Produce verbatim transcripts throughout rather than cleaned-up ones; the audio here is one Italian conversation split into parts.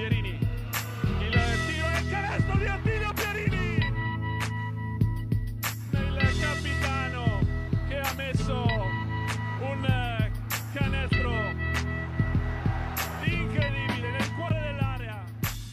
Pierini, il tiro e il canestro di Attilio Pierini, il capitano che ha messo un canestro incredibile nel cuore dell'area.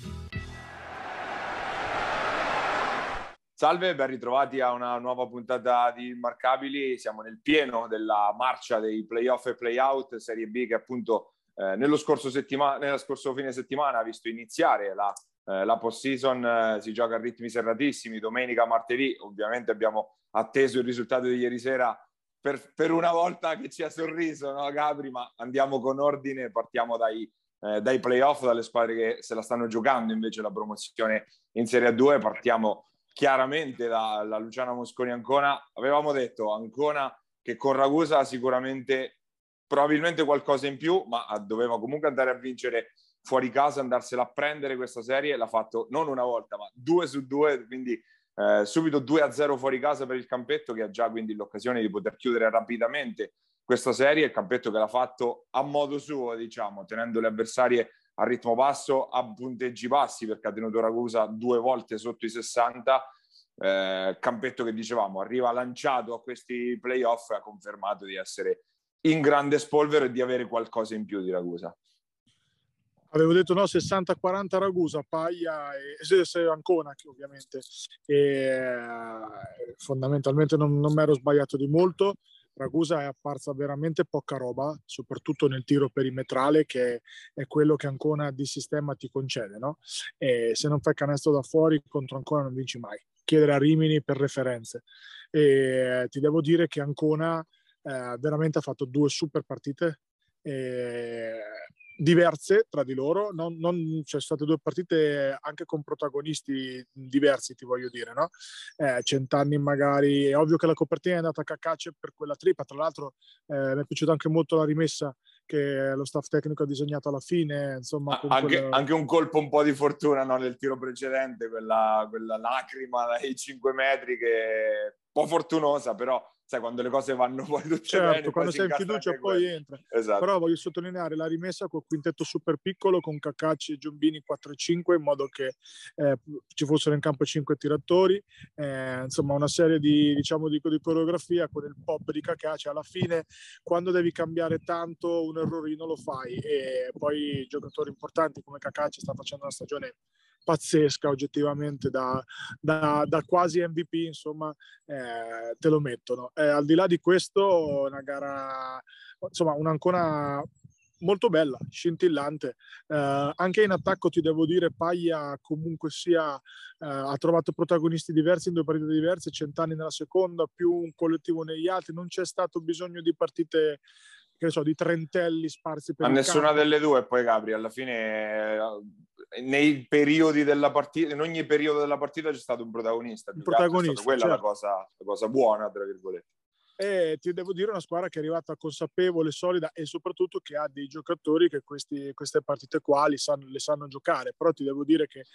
Salve, ben ritrovati a una nuova puntata di Immarcabili. Siamo nel pieno della marcia dei playoff e playout Serie B che appunto eh, nello scorso settimana, nello scorso fine settimana ha visto iniziare la, eh, la post-season. Eh, si gioca a ritmi serratissimi, domenica, martedì. Ovviamente abbiamo atteso il risultato di ieri sera per, per una volta che ci ha sorriso, no Gabri? Ma andiamo con ordine, partiamo dai, eh, dai playoff, dalle squadre che se la stanno giocando invece la promozione in Serie A due. Partiamo chiaramente dalla Luciana Mosconi Ancona. Avevamo detto Ancona che con Ragusa sicuramente probabilmente qualcosa in più, ma doveva comunque andare a vincere fuori casa, andarsela a prendere questa serie. L'ha fatto non una volta ma due su due, quindi eh, subito due a zero fuori casa per il Campetto, che ha già quindi l'occasione di poter chiudere rapidamente questa serie. Il Campetto che l'ha fatto a modo suo, diciamo, tenendo le avversarie a ritmo basso, a punteggi bassi, perché ha tenuto Ragusa due volte sotto i sessanta. Eh, Campetto che dicevamo arriva lanciato a questi playoff e ha confermato di essere in grande spolvero e di avere qualcosa in più di Ragusa. Avevo detto no, sessanta quaranta Ragusa, Paglia e se Ancona, che ovviamente e, fondamentalmente non, non mi ero sbagliato di molto. Ragusa è apparsa veramente poca roba, soprattutto nel tiro perimetrale, che è quello che Ancona di sistema ti concede, no? E se non fai canestro da fuori contro Ancona non vinci mai. Chiedere a Rimini per referenze. E ti devo dire che Ancona eh, veramente ha fatto due super partite eh, diverse tra di loro, non, non, ci sono state due partite anche con protagonisti diversi, ti voglio dire, no? Eh, Cent'anni magari, è ovvio che la copertina è andata a cacacce per quella tripla, tra l'altro eh, mi è piaciuta anche molto la rimessa che lo staff tecnico ha disegnato alla fine, insomma, con anche, quel... anche un colpo un po' di fortuna, no? Nel tiro precedente, quella, quella lacrima dai cinque metri che è un po' fortunosa, però sai, quando le cose vanno poi tutte certo, bene, quando poi sei in fiducia poi quello. entra. Esatto. Però voglio sottolineare la rimessa col quintetto super piccolo con Caccacci e Giombini quattro e cinque, in modo che eh, ci fossero in campo cinque tiratori, eh, insomma una serie di, diciamo, di, di coreografia con il pop di Caccacci. Alla fine quando devi cambiare tanto un errorino lo fai, e poi giocatori importanti come Caccacci sta facendo una stagione pazzesca oggettivamente, da, da, da quasi M V P, insomma, eh, te lo mettono. Eh, al di là di questo, una gara, insomma, un'Ancona molto bella, scintillante. Eh, anche in attacco ti devo dire, Paglia comunque sia eh, ha trovato protagonisti diversi in due partite diverse, Cent'anni nella seconda, più un collettivo negli altri. Non c'è stato bisogno di partite, che ne so, di trentelli sparsi per a il nessuna campo. delle due. Poi Gabri, alla fine nei periodi della partita, in ogni periodo della partita c'è stato un protagonista, un protagonista è stata quella, certo. la cosa, la cosa buona tra virgolette. E ti devo dire una squadra che è arrivata consapevole, solida, e soprattutto che ha dei giocatori che questi, queste partite qua li sanno, le sanno giocare. Però ti devo dire che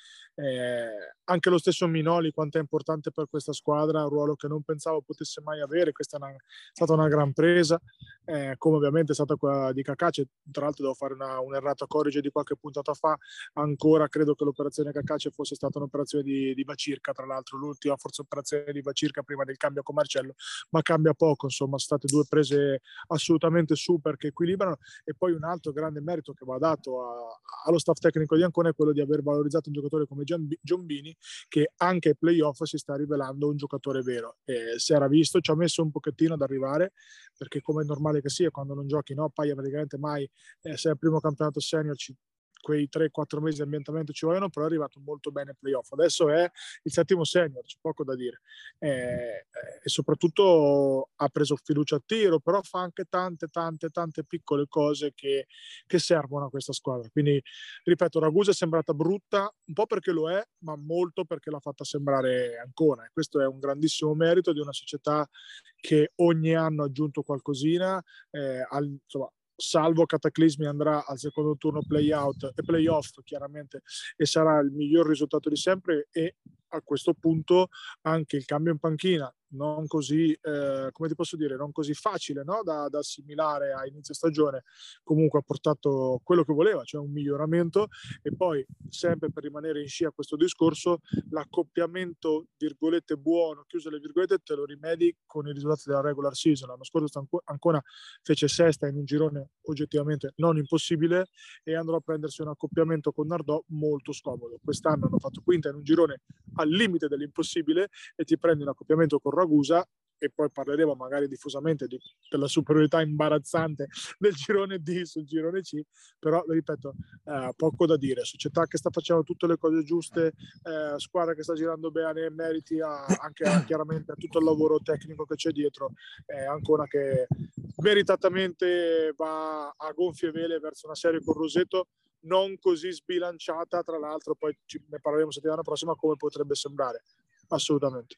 eh, anche lo stesso Minoli, quanto è importante per questa squadra, un ruolo che non pensavo potesse mai avere. Questa è, una, è stata una gran presa, eh, come ovviamente è stata quella di Caccacci. Tra l'altro devo fare una, un'errata corrige di qualche puntata fa, ancora credo che l'operazione Caccacci fosse stata un'operazione di, di Bacirca, tra l'altro l'ultima forse operazione di Bacirca prima del cambio con Marcello, ma cambia poco. Insomma, sono state due prese assolutamente super che equilibrano. E poi un altro grande merito che va dato a, allo staff tecnico di Ancona è quello di aver valorizzato un giocatore come Giombini, che anche ai playoff si sta rivelando un giocatore vero. E si era visto, ci ha messo un pochettino ad arrivare, perché come è normale che sia, quando non giochi, no, Paglia praticamente mai, eh, se è il primo campionato senior ci quei tre quattro mesi di ambientamento ci vogliono, però è arrivato molto bene ai playoff. Adesso è il settimo senior, c'è poco da dire. Eh, e soprattutto ha preso fiducia a tiro, però fa anche tante, tante, tante piccole cose che, che servono a questa squadra. Quindi, ripeto, Ragusa è sembrata brutta, un po' perché lo è, ma molto perché l'ha fatta sembrare Ancona. E questo è un grandissimo merito di una società che ogni anno ha aggiunto qualcosina, eh, al, insomma, salvo cataclismi andrà al secondo turno play-out e play-off chiaramente, e sarà il miglior risultato di sempre. E a questo punto anche il cambio in panchina non così, eh, come ti posso dire, non così facile, no? da, da assimilare a inizio stagione, comunque ha portato quello che voleva, cioè un miglioramento. E poi, sempre per rimanere in scia a questo discorso, l'accoppiamento, virgolette, buono, chiuse le virgolette, te lo rimedi con i risultati della regular season. L'anno scorso Ancona fece sesta in un girone oggettivamente non impossibile e andrò a prendersi un accoppiamento con Nardò molto scomodo. Quest'anno hanno fatto quinta in un girone al limite dell'impossibile e ti prendi un accoppiamento con Ragusa, e poi parleremo magari diffusamente di, della superiorità imbarazzante del girone D sul girone C, però ripeto, eh, poco da dire. Società che sta facendo tutte le cose giuste, eh, squadra che sta girando bene, meriti a, anche a, chiaramente a tutto il lavoro tecnico che c'è dietro, eh, Ancona che meritatamente va a gonfie vele verso una serie con Roseto non così sbilanciata, tra l'altro poi ci, ne parleremo settimana prossima, come potrebbe sembrare. Assolutamente.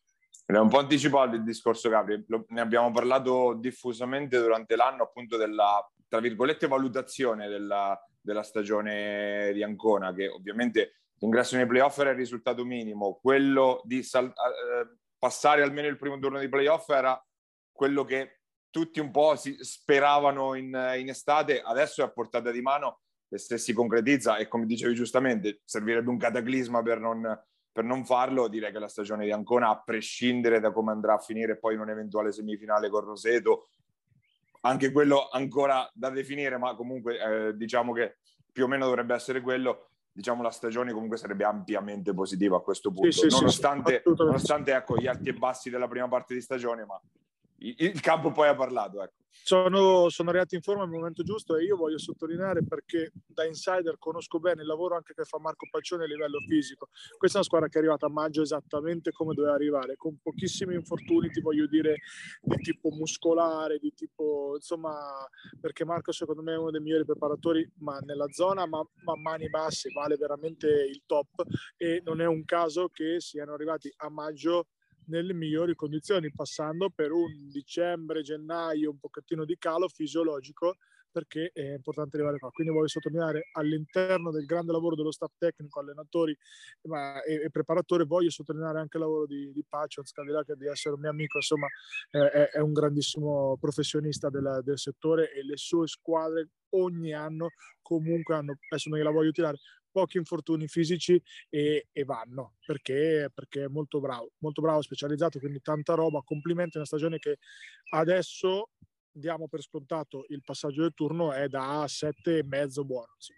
È un po' anticipato il discorso, Gabri. Ne abbiamo parlato diffusamente durante l'anno, appunto, della, tra virgolette, valutazione della, della stagione di Ancona, che ovviamente l'ingresso nei playoff era il risultato minimo. Quello di sal- eh, passare almeno il primo turno di playoff era quello che tutti un po' si speravano in, in estate. Adesso è a portata di mano e se si concretizza, e come dicevi giustamente, servirebbe un cataclisma per non... per non farlo. Direi che la stagione di Ancona, a prescindere da come andrà a finire poi in un'eventuale semifinale con Roseto, anche quello ancora da definire, ma comunque eh, diciamo che più o meno dovrebbe essere quello. Diciamo la stagione comunque sarebbe ampiamente positiva a questo punto, sì, sì, nonostante, sì, nonostante ecco, gli alti e bassi della prima parte di stagione, ma il, il campo poi ha parlato, ecco. Sono, sono arrivati in forma al momento giusto e io voglio sottolineare, perché da insider conosco bene il lavoro anche che fa Marco Paccione a livello fisico. Questa è una squadra che è arrivata a maggio esattamente come doveva arrivare, con pochissimi infortuni, ti voglio dire, di tipo muscolare, di tipo, insomma, perché Marco secondo me è uno dei migliori preparatori ma nella zona, ma, ma a mani basse, vale veramente il top, e non è un caso che siano arrivati a maggio nelle migliori condizioni, passando per un dicembre, gennaio un pochettino di calo fisiologico, perché è importante arrivare qua. Quindi voglio sottolineare, all'interno del grande lavoro dello staff tecnico, allenatori ma, e, e preparatore, voglio sottolineare anche il lavoro di, di Pacio Scaldilà, che di essere un mio amico, insomma eh, è, è un grandissimo professionista del, del settore, e le sue squadre ogni anno comunque hanno, adesso non gliela voglio tirare, pochi infortuni fisici e, e vanno, perché, perché è molto bravo, molto bravo, specializzato, quindi tanta roba. Complimenti, una stagione che adesso diamo per scontato il passaggio del turno, è da sette e mezzo buono. Sì.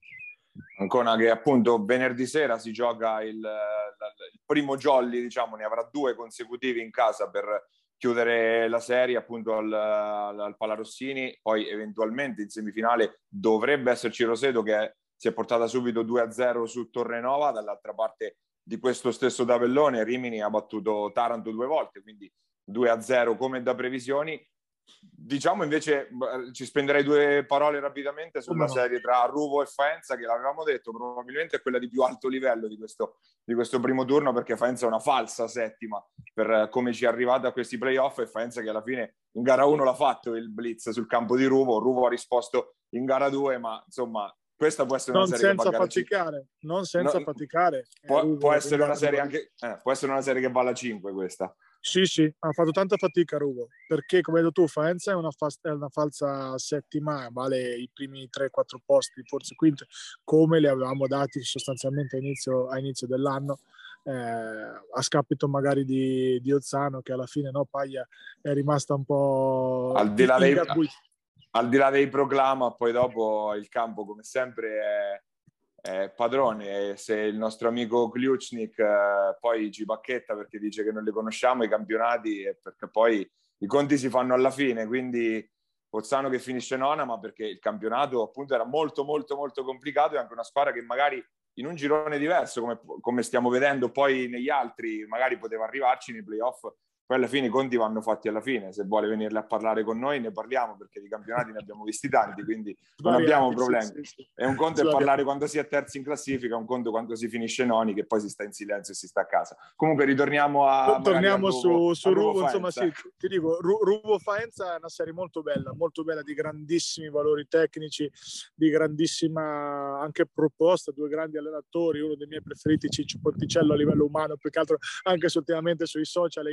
Ancona che appunto venerdì sera si gioca il, il primo jolly, diciamo, ne avrà due consecutivi in casa per chiudere la serie appunto al, al Palarossini, poi eventualmente in semifinale dovrebbe esserci Roseto che si è portata subito due a zero su Torrenova. Dall'altra parte di questo stesso tabellone Rimini ha battuto Taranto due volte, quindi due a zero come da previsioni. Diciamo invece, ci spenderei due parole rapidamente sulla serie tra Ruvo e Faenza, che l'avevamo detto probabilmente è quella di più alto livello di questo, di questo primo turno, perché Faenza è una falsa settima per come ci è arrivata a questi playoff, e Faenza che alla fine in gara uno l'ha fatto il blitz sul campo di Ruvo. Ruvo ha risposto in gara due, ma insomma questa può essere una non serie senza che va faticare, non senza no, faticare. Può, può essere una serie anche eh, può essere una serie che va alla cinque questa. Sì, sì, ha fatto tanta fatica Ruvo, perché come hai detto tu, Faenza è una, fa- è una falsa settima, vale i primi tre quattro posti, forse quinto, come li avevamo dati sostanzialmente a inizio, a inizio dell'anno, eh, a scapito magari di, di Ozzano, che alla fine no, Paglia è rimasta un po' al di là dei, ingarbuita. al di là dei proclama, poi dopo il campo come sempre è Eh, padrone. E se il nostro amico Kliuchnik eh, poi ci bacchetta perché dice che non li conosciamo i campionati, e perché poi i conti si fanno alla fine, quindi Pozzano che finisce nona, ma perché il campionato appunto era molto molto molto complicato, e anche una squadra che magari in un girone diverso come, come stiamo vedendo poi negli altri magari poteva arrivarci nei playoff. Poi alla fine i conti vanno fatti alla fine. Se vuole venirle a parlare con noi ne parliamo, perché di campionati ne abbiamo visti tanti, quindi non abbiamo problemi. Sì, sì, sì. È un conto è parlare quando si è terzi in classifica, un conto quando si finisce noni, che poi si sta in silenzio e si sta a casa. Comunque ritorniamo a torniamo a Ruvo, su, su a Ruvo, Ruvo insomma sì, ti dico, Ru- Ruvo Faenza è una serie molto bella, molto bella, di grandissimi valori tecnici, di grandissima anche proposta, due grandi allenatori, uno dei miei preferiti Ciccio Ponticello a livello umano, più che altro anche ultimamente sui social è incontenibile,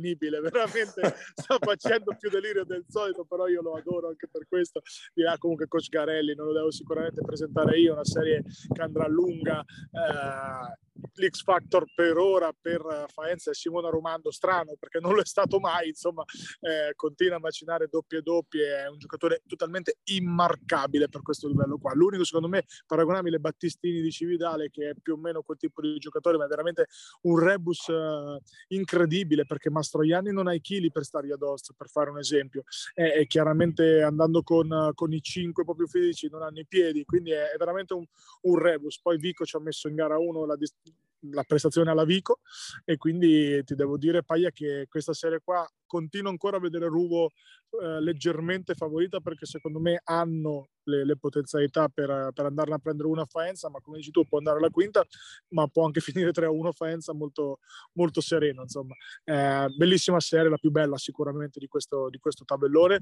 penibile, veramente sta facendo più delirio del solito, però io lo adoro anche per questo. Dirà comunque Coach Garelli, non lo devo sicuramente presentare io, una serie che andrà lunga, eh, l'X Factor per ora per Faenza e Simona Romando, strano perché non lo è stato mai, insomma, eh, continua a macinare doppie e doppie, è un giocatore totalmente immarcabile per questo livello qua. L'unico secondo me paragonabile è Battistini di Cividale, che è più o meno quel tipo di giocatore, ma è veramente un rebus uh, incredibile, perché Mastroianni non ha i chili per stargli addosso, per fare un esempio, e, e chiaramente andando con, con i cinque un po' più fisici non hanno i piedi, quindi è, è veramente un, un rebus. Poi Vico ci ha messo in gara uno la, la prestazione alla Vico, e quindi ti devo dire, Paia, che questa serie qua continuo ancora a vedere Ruvo eh, leggermente favorita, perché secondo me hanno le, le potenzialità per, per andarla a prendere una Faenza, ma come dici tu può andare alla quinta, ma può anche finire tre a uno Faenza molto, molto sereno, insomma. Eh, bellissima serie, la più bella sicuramente di questo, di questo tabellone,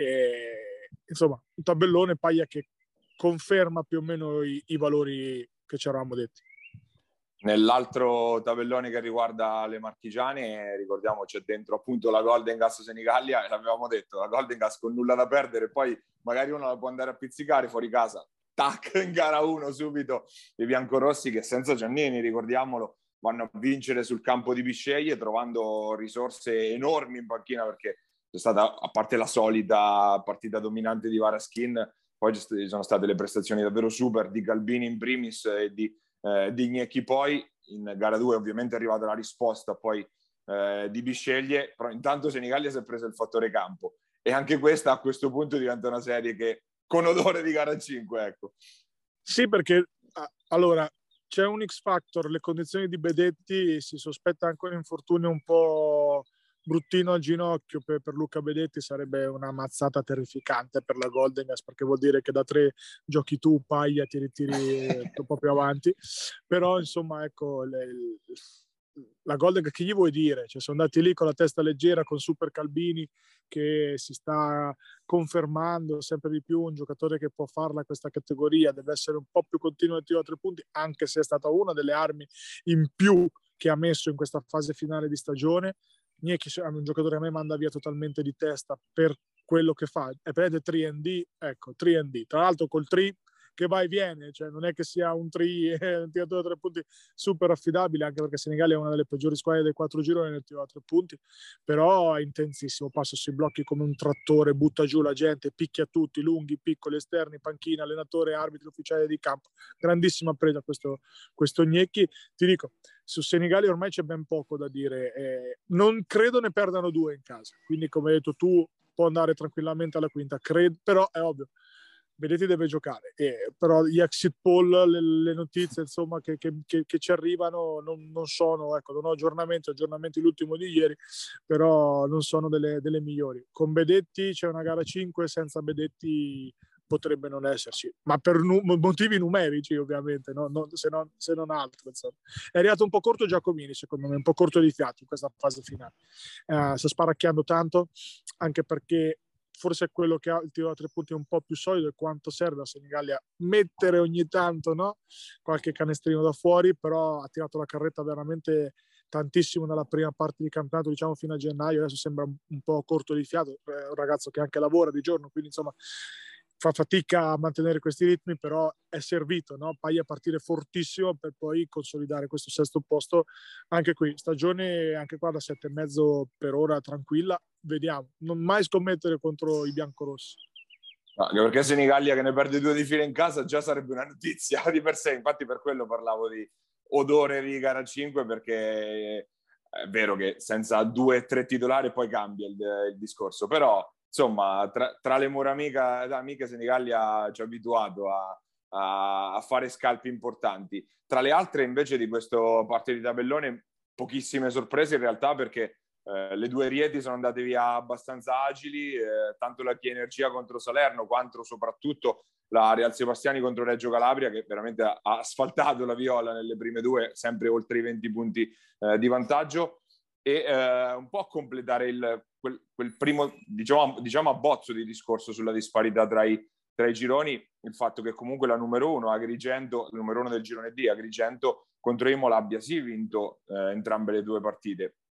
e, insomma un tabellone, Paia, che conferma più o meno i, i valori che ci eravamo detti. Nell'altro tabellone che riguarda le marchigiane, ricordiamo c'è dentro appunto la Golden Gas Senigallia, e l'avevamo detto, la Golden Gas con nulla da perdere, poi magari uno la può andare a pizzicare fuori casa, tac, in gara uno subito i biancorossi, che senza Giannini, ricordiamolo, vanno a vincere sul campo di Bisceglie, trovando risorse enormi in panchina, perché c'è stata, a parte la solita partita dominante di Varaskin, poi ci sono state le prestazioni davvero super di Galbini in primis e di Eh, di Gnecchi. Poi in gara due ovviamente è arrivata la risposta poi eh, di Bisceglie, però intanto Senigallia si è preso il fattore campo, e anche questa a questo punto diventa una serie che con odore di gara cinque, ecco. Sì, perché allora c'è un X Factor, le condizioni di Bedetti, si sospetta anche un infortunio un po' bruttino al ginocchio per, per Luca Bedetti, sarebbe una mazzata terrificante per la Golden Gas, perché vuol dire che da tre giochi tu, Paia, ti ritiri un po' più avanti, però insomma ecco le, la Golden Gas, che gli vuoi dire? Cioè, sono andati lì con la testa leggera, con Super Calbini che si sta confermando sempre di più un giocatore che può farla questa categoria, deve essere un po' più continuo nel tiro a tre punti, anche se è stata una delle armi in più che ha messo in questa fase finale di stagione. Gnecchi è un giocatore che a me manda via totalmente di testa per quello che fa, e prende tre and D, ecco, tre and D, tra l'altro col tre che va e viene, cioè non è che sia un tre, un tiratore da tre punti super affidabile, anche perché Senigallia è una delle peggiori squadre dei quattro gironi nel tiro da tre punti, però è intensissimo, passa sui blocchi come un trattore, butta giù la gente, picchia tutti, lunghi, piccoli, esterni, panchina, allenatore, arbitro, ufficiale di campo, grandissima presa questo, questo Gnecchi. Ti dico, su Senigallia ormai c'è ben poco da dire, eh, non credo ne perdano due in casa, quindi come hai detto tu può andare tranquillamente alla quinta, credo, però è ovvio, Bedetti deve giocare, eh, però gli exit poll, le, le notizie insomma che, che, che, che ci arrivano non, non sono, ecco, non ho aggiornamenti, aggiornamenti l'ultimo di ieri, però non sono delle, delle migliori. Con Bedetti c'è una gara cinque, senza Bedetti potrebbe non esserci, ma per nu- motivi numerici ovviamente, no? Non, se, non, se non altro, insomma. È arrivato un po' corto Giacomini, secondo me, un po' corto di fiato in questa fase finale, eh, sta sparacchiando tanto, anche perché forse è quello che ha il tiro da tre punti un po' più solido, e quanto serve a Senigallia mettere ogni tanto, no? Qualche canestrino da fuori, però ha tirato la carretta veramente tantissimo nella prima parte di campionato, diciamo fino a gennaio. Adesso sembra un po' corto di fiato, è un ragazzo che anche lavora di giorno, quindi insomma fa fatica a mantenere questi ritmi, però è servito, no? Paia a partire fortissimo per poi consolidare questo sesto posto. Anche qui stagione, anche qua da sette e mezzo per ora tranquilla, vediamo, non mai scommettere contro i biancorossi. No, anche perché Senigallia che ne perde due di fila in casa già sarebbe una notizia di per sé, infatti per quello parlavo di odore di gara cinque, perché è vero che senza due o tre titolari poi cambia il, il discorso, però insomma tra, tra le mura amica, amiche Senigallia ci ha abituato a, a, a fare scalpi importanti. Tra le altre invece di questo parte di tabellone pochissime sorprese in realtà, perché Eh, le due Rieti sono andate via abbastanza agili, eh, tanto la Chi Energia contro Salerno, quanto soprattutto la Real Sebastiani contro Reggio Calabria, che veramente ha, ha asfaltato la viola nelle prime due, sempre oltre i venti punti eh, di vantaggio, e eh, un po' a completare il, quel, quel primo, diciamo, diciamo abbozzo di discorso sulla disparità tra i, tra i gironi, il fatto che comunque la numero uno, Agrigento, il numero uno del girone D, Agrigento contro Imola, abbia sì vinto eh, entrambe le due partite.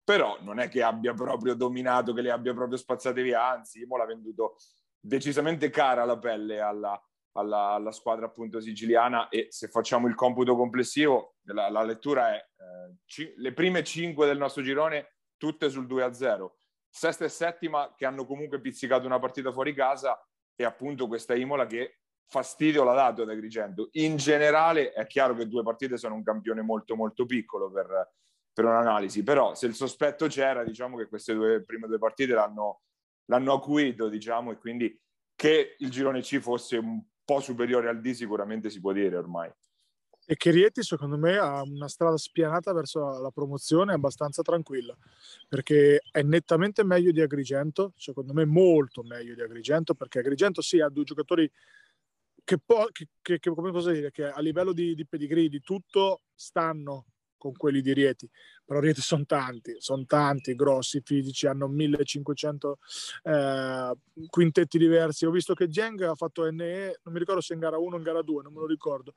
però non è che abbia proprio dominato, che le abbia proprio spazzate via, anzi Imola ha venduto decisamente cara la pelle alla, alla, alla squadra appunto siciliana, e se facciamo il computo complessivo la, la lettura è eh, ci, le prime cinque del nostro girone tutte sul due a zero, sesta e settima che hanno comunque pizzicato una partita fuori casa, e appunto questa Imola che fastidio l'ha dato ad Agrigento. In generale è chiaro che due partite sono un campione molto molto piccolo per, per un'analisi, però se il sospetto c'era, diciamo che queste due prime due partite l'hanno, l'hanno acuito, diciamo, e quindi che il girone C fosse un po' superiore al D sicuramente si può dire ormai. E che Rieti secondo me ha una strada spianata verso la promozione abbastanza tranquilla, perché è nettamente meglio di Agrigento, secondo me molto meglio di Agrigento, perché Agrigento sì ha due giocatori che, po- che, che, che come posso dire, che a livello di, di pedigree, di tutto, stanno con quelli di Rieti, però Rieti sono tanti, sono tanti, grossi, fisici, hanno millecinquecento eh, quintetti diversi. Ho visto che Geng ha fatto N E, non mi ricordo se in gara uno o in gara due, non me lo ricordo.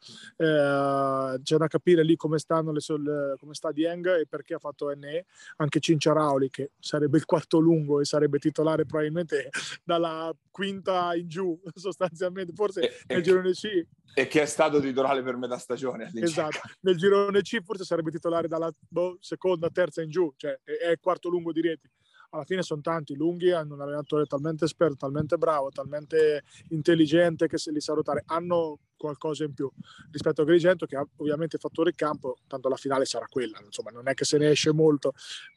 Eh, c'è da capire lì come stanno le, le, come sta Dieng e perché ha fatto N E. Anche Cinciarauli, che sarebbe il quarto lungo e sarebbe titolare probabilmente dalla quinta in giù, sostanzialmente, forse e, nel e girone C. E che è stato titolare per metà stagione. Esatto, nel girone C forse sarebbe titolare dalla boh, seconda, terza in giù, cioè è, è il quarto lungo di Rieti. Alla fine sono tanti lunghi, hanno un allenatore talmente esperto, talmente bravo, talmente intelligente che se li sa ruotare hanno qualcosa in più rispetto a Agrigento, che ha ovviamente fattore campo, tanto la finale sarà quella, insomma non è che se ne esce molto,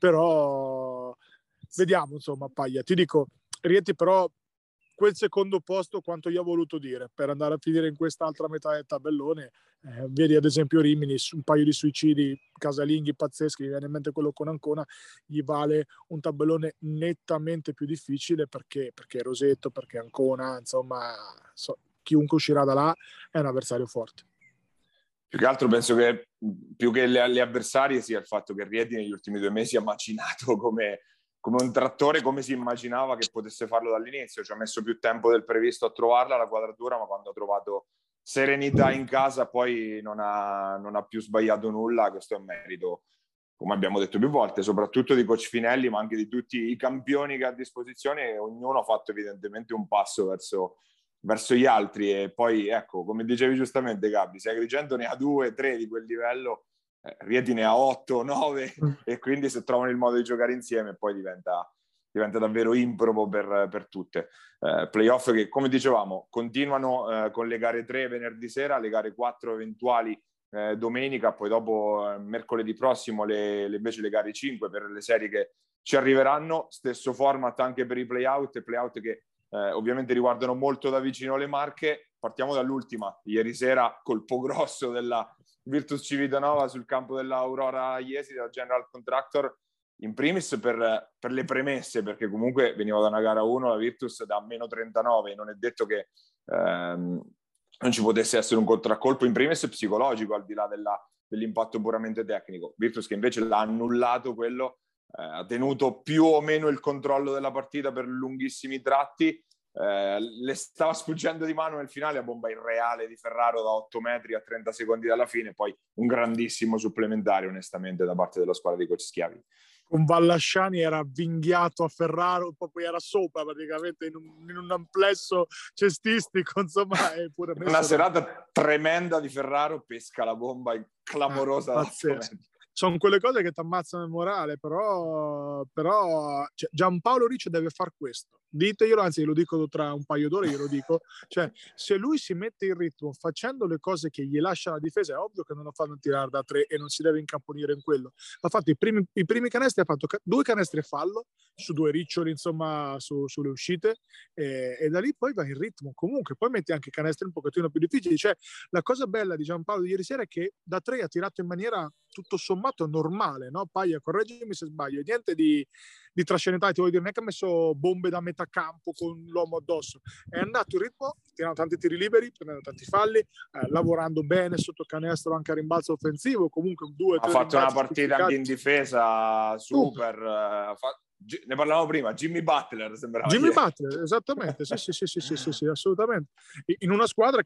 però vediamo, insomma. Paglia, ti dico, Rieti però quel secondo posto quanto gli ho voluto dire per andare a finire in quest'altra metà del tabellone. Eh, vedi ad esempio Rimini, un paio di suicidi casalinghi pazzeschi, mi viene in mente quello con Ancona, gli vale un tabellone nettamente più difficile perché, perché Rosetto, perché Ancona, insomma so, chiunque uscirà da là è un avversario forte. Più che altro penso che più che le, le avversarie sia il fatto che Rieti negli ultimi due mesi ha macinato come come un trattore, come si immaginava che potesse farlo dall'inizio. Ci ha messo più tempo del previsto a trovarla la quadratura, ma quando ha trovato serenità in casa poi non ha, non ha più sbagliato nulla. Questo è un merito, come abbiamo detto più volte, soprattutto di Coach Finelli, ma anche di tutti i campioni che ha a disposizione. Ognuno ha fatto evidentemente un passo verso, verso gli altri, e poi ecco, come dicevi giustamente Gabri, se Agrigento ne ha due, tre di quel livello, Rieti ne ha otto, nove, e quindi se trovano il modo di giocare insieme poi diventa, diventa davvero improbo per, per tutte. Eh, playoff che, come dicevamo, continuano eh, con le gare tre venerdì sera, le gare quattro eventuali eh, domenica, poi dopo eh, mercoledì prossimo le, le, invece le gare cinque per le serie che ci arriveranno. Stesso format anche per i playout, playout che eh, ovviamente riguardano molto da vicino le Marche. Partiamo dall'ultima, ieri sera colpo grosso della Virtus Civitanova sul campo dell'Aurora Iesi, della General Contractor, in primis per, per le premesse, perché comunque veniva da una gara uno la Virtus da meno trentanove, non è detto che ehm, non ci potesse essere un contraccolpo, in primis psicologico, al di là della, dell'impatto puramente tecnico. Virtus che invece l'ha annullato quello, eh, ha tenuto più o meno il controllo della partita per lunghissimi tratti. Eh, le stava sfuggendo di mano nel finale a bomba irreale di Ferraro da otto metri a trenta secondi dalla fine, poi un grandissimo supplementare onestamente da parte della squadra di Coach Schiavi. Con Vallasciani era avvinghiato a Ferraro, poi era sopra praticamente in un, in un amplesso cestistico, insomma è pure una serata da... tremenda di Ferraro, pesca la bomba clamorosa ah, da sono quelle cose che ti ammazzano il morale, però, però cioè, Giampaolo Ricci deve far questo, diteglielo, anzi lo dico tra un paio d'ore, glielo dico, cioè se lui si mette in ritmo facendo le cose che gli lascia la difesa, è ovvio che non lo fanno tirare da tre e non si deve incamponire in quello. Ha fatto i primi, i primi canestri, ha fatto due canestri a fallo su due riccioli, insomma su, sulle uscite, e, e da lì poi va in ritmo comunque, poi metti anche canestri un pochettino più difficili. Cioè la cosa bella di Giampaolo di ieri sera è che da tre ha tirato in maniera tutto sommato normale, no? Paglia, correggimi se sbaglio, niente di, di trascendentale, ti voglio dire, non è che ha messo bombe da metà campo con l'uomo addosso, è andato in ritmo, tirando tanti tiri liberi, prendendo tanti falli, eh, lavorando bene sotto canestro anche a rimbalzo offensivo, comunque due, ha fatto una partita anche in difesa super, uh, fa... ne parlavamo prima, Jimmy Butler sembrava Jimmy ieri. Butler, esattamente, sì sì sì, sì sì sì sì assolutamente, in una squadra che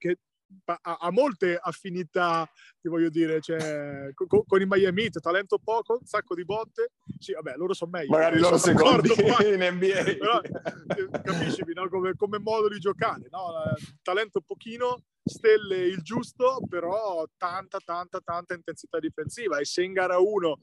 ha, ha molte affinità, ti voglio dire, cioè, con, con i Miami Heat, talento poco, un sacco di botte, sì, vabbè, loro sono meglio. Magari loro secondi poi, in N B A. Però, capisci, no? come, come modo di giocare, no? Talento pochino, stelle il giusto, però tanta, tanta, tanta intensità difensiva. E se in gara uno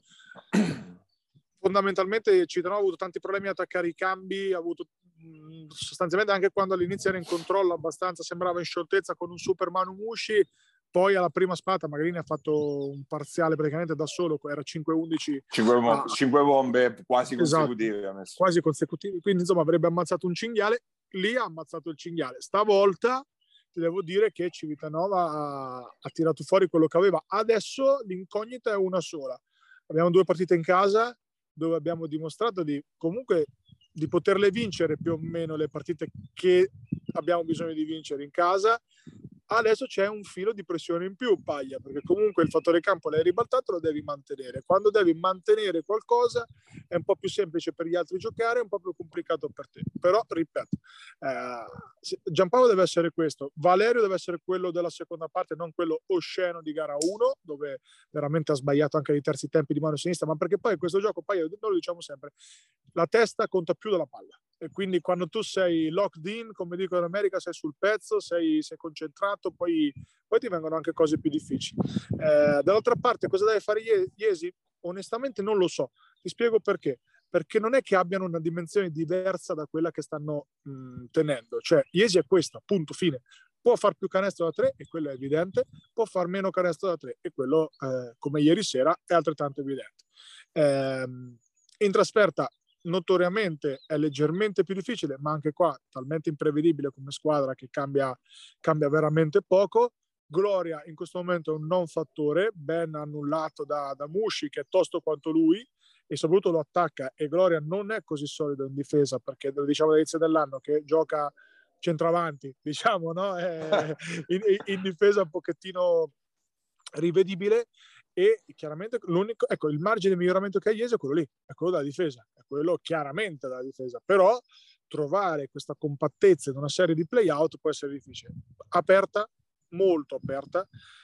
fondamentalmente Cittadino ha avuto tanti problemi a attaccare i cambi, ha avuto mh, sostanzialmente anche quando all'inizio era in controllo abbastanza, sembrava in scioltezza con un super Manu Mushi, poi alla prima spada Magrini ha fatto un parziale praticamente da solo, era cinque undici, cinque bombe quasi consecutive, esatto, quasi consecutive, quindi insomma avrebbe ammazzato un cinghiale, lì ha ammazzato il cinghiale. Stavolta ti devo dire che Civitanova ha, ha tirato fuori quello che aveva. Adesso l'incognita è una sola, abbiamo due partite in casa dove abbiamo dimostrato di comunque di poterle vincere più o meno le partite che abbiamo bisogno di vincere in casa. Adesso c'è un filo di pressione in più, Paglia, perché comunque il fattore campo l'hai ribaltato, lo devi mantenere. Quando devi mantenere qualcosa è un po' più semplice per gli altri giocare, è un po' più complicato per te. Però, ripeto, eh, Giampaolo deve essere questo, Valerio deve essere quello della seconda parte, non quello osceno di gara uno, dove veramente ha sbagliato anche i terzi tempi di mano sinistra, ma perché poi questo gioco, Paglia, noi lo diciamo sempre, la testa conta più della palla. E quindi quando tu sei locked in, come dicono in America, sei sul pezzo, sei, sei concentrato, poi, poi ti vengono anche cose più difficili. Eh, dall'altra parte, cosa deve fare Iesi? Onestamente non lo so. Ti spiego perché. Perché non è che abbiano una dimensione diversa da quella che stanno mh, tenendo. Cioè, Iesi è questa, punto, fine. Può far più canestro da tre, e quello è evidente. Può far meno canestro da tre, e quello, eh, come ieri sera, è altrettanto evidente. Eh, in trasferta, notoriamente è leggermente più difficile, ma anche qua talmente imprevedibile come squadra che cambia, cambia veramente poco. Gloria in questo momento è un non fattore, ben annullato da, da Mushi, che è tosto quanto lui e soprattutto lo attacca, e Gloria non è così solido in difesa, perché lo diciamo all'inizio dell'anno che gioca centravanti, diciamo, no? È in, in difesa un pochettino rivedibile. E chiaramente l'unico, ecco, il margine di miglioramento che ha Iesi è quello lì, è quello della difesa, è quello chiaramente della difesa, però trovare questa compattezza in una serie di play-out può essere difficile. Aperta, molto aperta.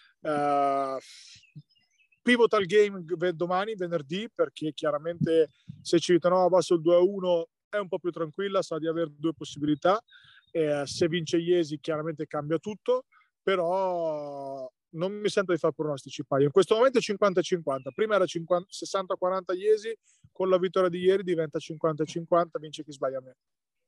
Uh, pivotal game domani, venerdì, perché chiaramente se Civitanova va sul due a uno è un po' più tranquilla, sa di avere due possibilità. Eh, se vince Iesi chiaramente cambia tutto, però non mi sento di fare pronostici, Paio. In questo momento è cinquanta cinquanta, prima era sessanta quaranta Iesi, con la vittoria di ieri diventa cinquanta cinquanta, vince chi sbaglia meno.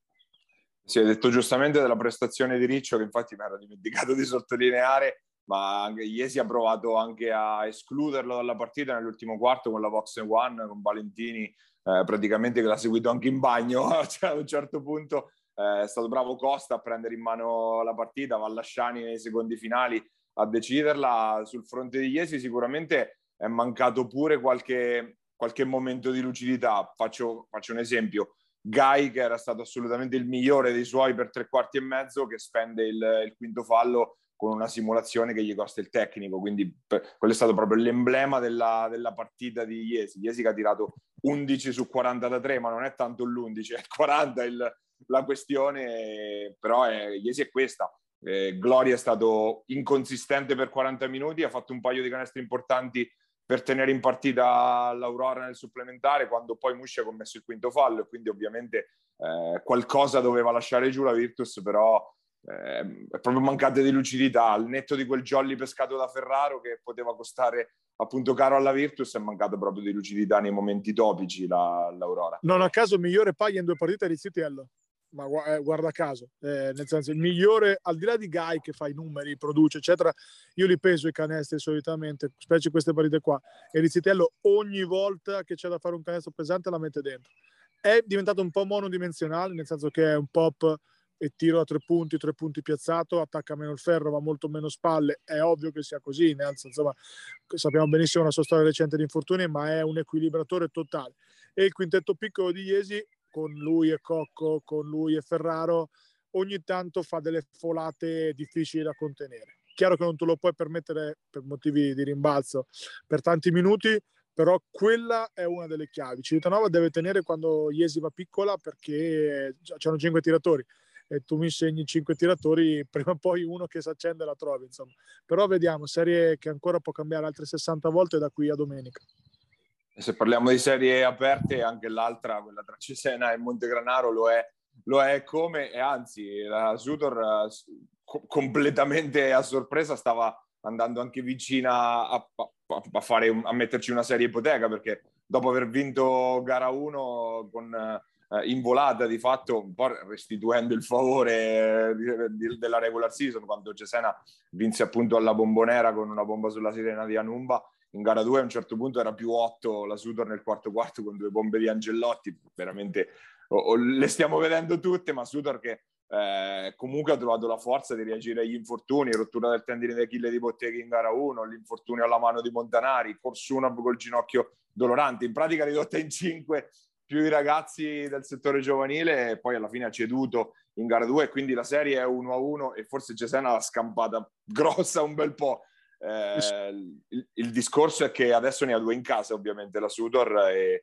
Si è detto giustamente della prestazione di Riccio, che infatti mi ero dimenticato di sottolineare, ma anche Iesi ha provato anche a escluderlo dalla partita nell'ultimo quarto con la Vox One, con Valentini eh, praticamente che l'ha seguito anche in bagno, cioè, ad un certo punto eh, è stato bravo Costa a prendere in mano la partita, Vallasciani nei secondi finali a deciderla. Sul fronte di Iesi sicuramente è mancato pure qualche, qualche momento di lucidità. Faccio, faccio un esempio: Gai, che era stato assolutamente il migliore dei suoi per tre quarti e mezzo, che spende il, il quinto fallo con una simulazione che gli costa il tecnico, quindi per, quello è stato proprio l'emblema della, della partita di Iesi. Iesi che ha tirato undici su quaranta da tre, ma non è tanto l'undici, è il quaranta il, la questione, però è, Iesi è questa. Eh, Gloria è stato inconsistente per quaranta minuti, ha fatto un paio di canestri importanti per tenere in partita l'Aurora nel supplementare, quando poi Mushi ha commesso il quinto fallo, e quindi ovviamente eh, qualcosa doveva lasciare giù la Virtus, però eh, è proprio mancata di lucidità. Al netto di quel jolly pescato da Ferraro che poteva costare appunto caro alla Virtus, è mancata proprio di lucidità nei momenti topici la, l'Aurora. Non a caso migliore Paglia in due partite è Rizzitiello, ma guarda caso, eh, nel senso il migliore, al di là di Gai che fa i numeri, produce eccetera, io li peso i canestri solitamente, specie queste partite qua, e Rizzitiello ogni volta che c'è da fare un canestro pesante la mette dentro. È diventato un po' monodimensionale, nel senso che è un pop e tiro a tre punti, tre punti piazzato, attacca meno il ferro, va molto meno spalle, è ovvio che sia così, anzi, insomma, sappiamo benissimo la sua storia recente di infortuni, ma è un equilibratore totale. E il quintetto piccolo di Iesi, con lui e Cocco, con lui e Ferraro, ogni tanto fa delle folate difficili da contenere. Chiaro che non te lo puoi permettere per motivi di rimbalzo per tanti minuti, però quella è una delle chiavi. Civitanova deve tenere quando Iesi va piccola, perché c'hanno cinque tiratori. e tu mi insegni cinque tiratori, prima o poi uno che si accende la trovi, insomma. Però vediamo, serie che ancora può cambiare altre sessanta volte da qui a domenica. E se parliamo di serie aperte, anche l'altra, quella tra Cesena e Montegranaro, lo è, lo è come, e anzi la Sutor co- completamente a sorpresa stava andando anche vicina a, a, a, fare un, a metterci una serie ipoteca, perché dopo aver vinto gara uno con, eh, in volata di fatto, un po' restituendo il favore di, di, della regular season, quando Cesena vinse appunto alla Bombonera con una bomba sulla sirena di Anumba, in gara due a un certo punto era più otto la Sutor nel quarto quarto con due bombe di Angellotti, veramente o, o le stiamo vedendo tutte, ma Sutor che eh, comunque ha trovato la forza di reagire agli infortuni, rottura del tendine d'Achille di Botteghi in gara uno, l'infortunio alla mano di Montanari, Corsunab col ginocchio dolorante, in pratica ridotta in cinque più i ragazzi del settore giovanile, e poi alla fine ha ceduto in gara due, quindi la serie è uno a uno e forse Cesena l'ha scampata grossa un bel po'. Eh, il, il discorso è che adesso ne ha due in casa, ovviamente la Sutor, e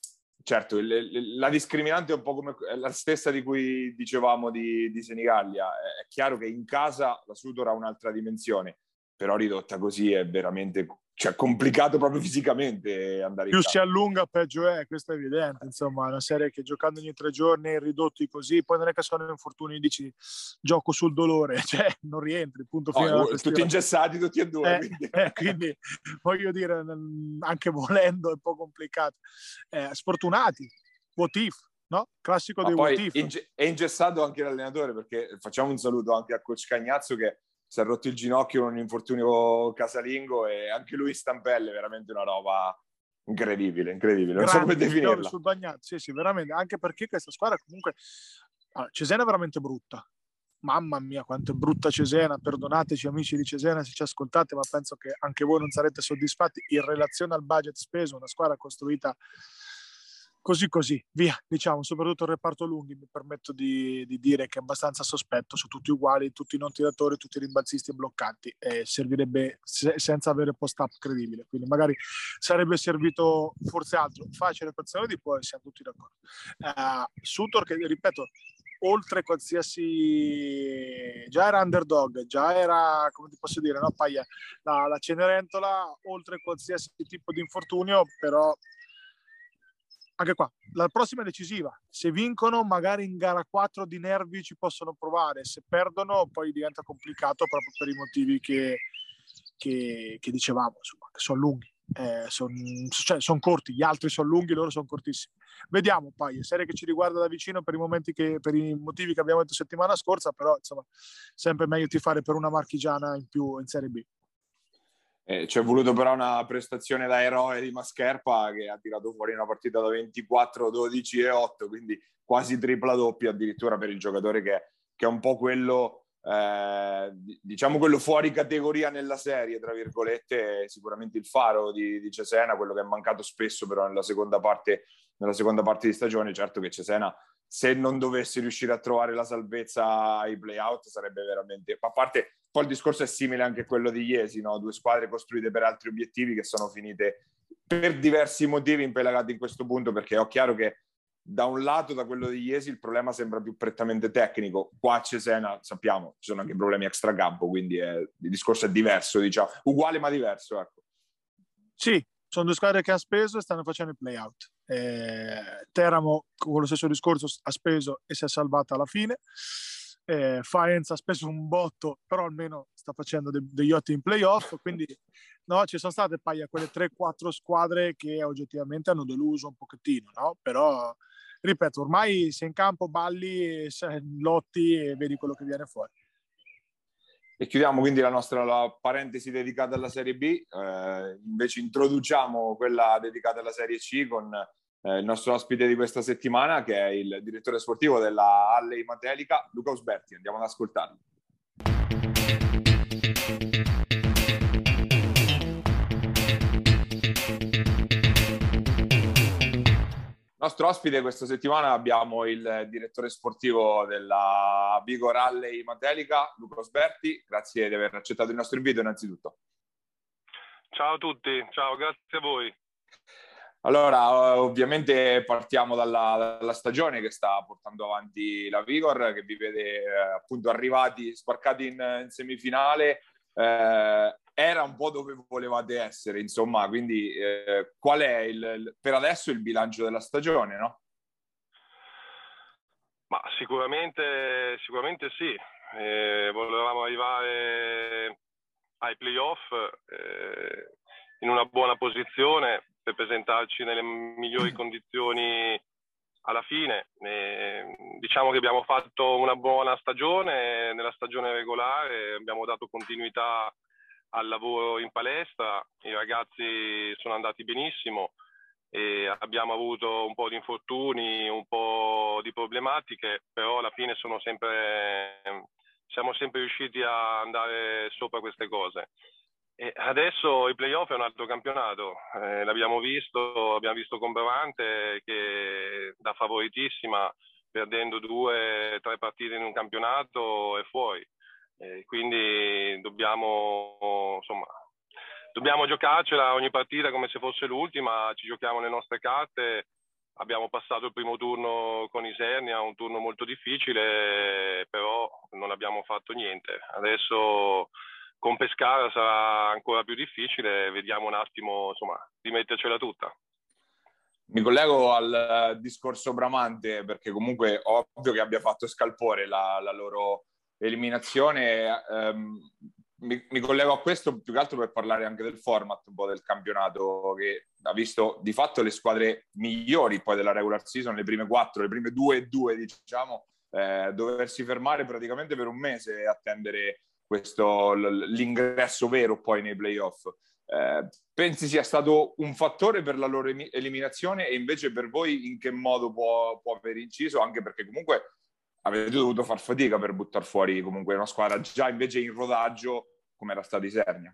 certo il, il, la discriminante è un po' come la stessa di cui dicevamo di, di Senigallia. È chiaro che in casa la Sutor ha un'altra dimensione, però ridotta così è veramente, cioè, complicato proprio fisicamente andare in più casa. si allunga peggio è, questo è evidente, insomma, è una serie che giocando ogni tre giorni ridotti così, poi non è che sono infortuni, dici gioco sul dolore, cioè non rientri, punto fine della Oh, questione. tutti ingessati, tutti e due, eh, quindi. Eh, quindi voglio dire, anche volendo è un po' complicato. Eh, sfortunati, what if, no? Classico Ma dei poi what if. inge- è ingessato anche l'allenatore, perché facciamo un saluto anche a coach Cagnazzo che si è rotto il ginocchio con un infortunio casalingo, e anche lui stampelle, veramente una roba incredibile, incredibile, non so come definirla. Sul bagnato, sì, sì, veramente, anche perché questa squadra comunque, allora, Cesena è veramente brutta, mamma mia quanto è brutta Cesena, perdonateci amici di Cesena se ci ascoltate, ma penso che anche voi non sarete soddisfatti in relazione al budget speso, una squadra costruita così così, via, diciamo, soprattutto il reparto lunghi, mi permetto di, di dire che è abbastanza sospetto, su tutti uguali, tutti i non tiratori, tutti i rimbalzisti bloccati, e servirebbe se, senza avere post-up credibile, quindi magari sarebbe servito forse altro, facile equazione di poi siamo tutti d'accordo. Uh, Sutor che, ripeto, oltre qualsiasi, già era underdog, già era, come ti posso dire, no, Paia, la, la Cenerentola, oltre qualsiasi tipo di infortunio, però anche qua, la prossima è decisiva. Se vincono, magari in gara quattro di nervi ci possono provare. Se perdono, poi diventa complicato proprio per i motivi che, che, che dicevamo, insomma, che sono lunghi. Eh, sono cioè, son corti, gli altri sono lunghi, loro sono cortissimi. Vediamo, poi, serie che ci riguarda da vicino per i momenti che, per i motivi che abbiamo detto settimana scorsa, però insomma, sempre meglio tifare per una marchigiana in più in Serie B. Eh, ci è voluto però una prestazione da eroe di Mascherpa, che ha tirato fuori una partita da ventiquattro, dodici e otto, quindi quasi tripla doppia addirittura per il giocatore che, che è un po' quello, eh, diciamo quello fuori categoria nella serie, tra virgolette, sicuramente il faro di, di Cesena, quello che è mancato spesso però nella seconda parte, nella seconda parte di stagione. Certo che Cesena, se non dovesse riuscire a trovare la salvezza ai play-out, sarebbe veramente... A parte, poi il discorso è simile anche a quello di Iesi, no? Due squadre costruite per altri obiettivi che sono finite per diversi motivi impelagati in questo punto, perché ho chiaro che da un lato, da quello di Iesi, il problema sembra più prettamente tecnico. Qua a Cesena, sappiamo, ci sono anche problemi extracampo, quindi è, il discorso è diverso, diciamo. Uguale ma diverso, ecco. Sì, sono due squadre che ha speso e stanno facendo il play-out. Eh, Teramo con lo stesso discorso ha speso e si è salvata alla fine. eh, Faenza ha speso un botto, però almeno sta facendo de- degli ottimi playoff, quindi no, ci sono state poi quelle tre quattro squadre che oggettivamente hanno deluso un pochettino, no? Però ripeto, ormai sei in campo, balli, lotti e vedi quello che viene fuori. E chiudiamo quindi la nostra la parentesi dedicata alla Serie B, eh, invece introduciamo quella dedicata alla Serie C con eh, il nostro ospite di questa settimana, che è il direttore sportivo della Alley Matelica, Luca Usberti. Andiamo ad ascoltarlo. Nostro ospite questa settimana abbiamo il direttore sportivo della Vigor Alley Matelica, Luca Usberti. Grazie di aver accettato il nostro invito innanzitutto. Ciao a tutti, ciao, grazie a voi. Allora, ovviamente partiamo dalla, dalla stagione che sta portando avanti la Vigor, che vi vede eh, appunto arrivati, sbarcati in, in semifinale. Eh, era un po' dove volevate essere, insomma, quindi eh, qual è il, il, per adesso il bilancio della stagione, no? Ma sicuramente, sicuramente sì. Eh, volevamo arrivare ai playoff eh, in una buona posizione per presentarci nelle migliori condizioni alla fine. Eh, diciamo che abbiamo fatto una buona stagione, nella stagione regolare abbiamo dato continuità al lavoro in palestra, i ragazzi sono andati benissimo e abbiamo avuto un po' di infortuni, un po' di problematiche, però alla fine sono sempre, siamo sempre riusciti a andare sopra queste cose. E adesso i playoff è un altro campionato, eh, l'abbiamo visto, abbiamo visto con Bramante che da favoritissima, perdendo due, tre partite in un campionato, è fuori. Eh, quindi dobbiamo, insomma, dobbiamo giocarcela ogni partita come se fosse l'ultima, ci giochiamo le nostre carte. Abbiamo passato il primo turno con Isernia, un turno molto difficile, però non abbiamo fatto niente. Adesso con Pescara sarà ancora più difficile, vediamo un attimo, insomma, di mettercela tutta. Mi collego al discorso Bramante perché comunque ovvio che abbia fatto scalpore la, la loro eliminazione. Um, mi, mi collego a questo più che altro per parlare anche del format un po' del campionato, che ha visto di fatto le squadre migliori poi della regular season, le prime quattro, le prime due e due diciamo, eh, doversi fermare praticamente per un mese e attendere questo, l'ingresso vero poi nei playoff. Eh, pensi sia stato un fattore per la loro eliminazione e invece per voi in che modo può, può aver inciso, anche perché comunque avete dovuto far fatica per buttare fuori comunque una squadra già invece in rodaggio come era stata Isernia?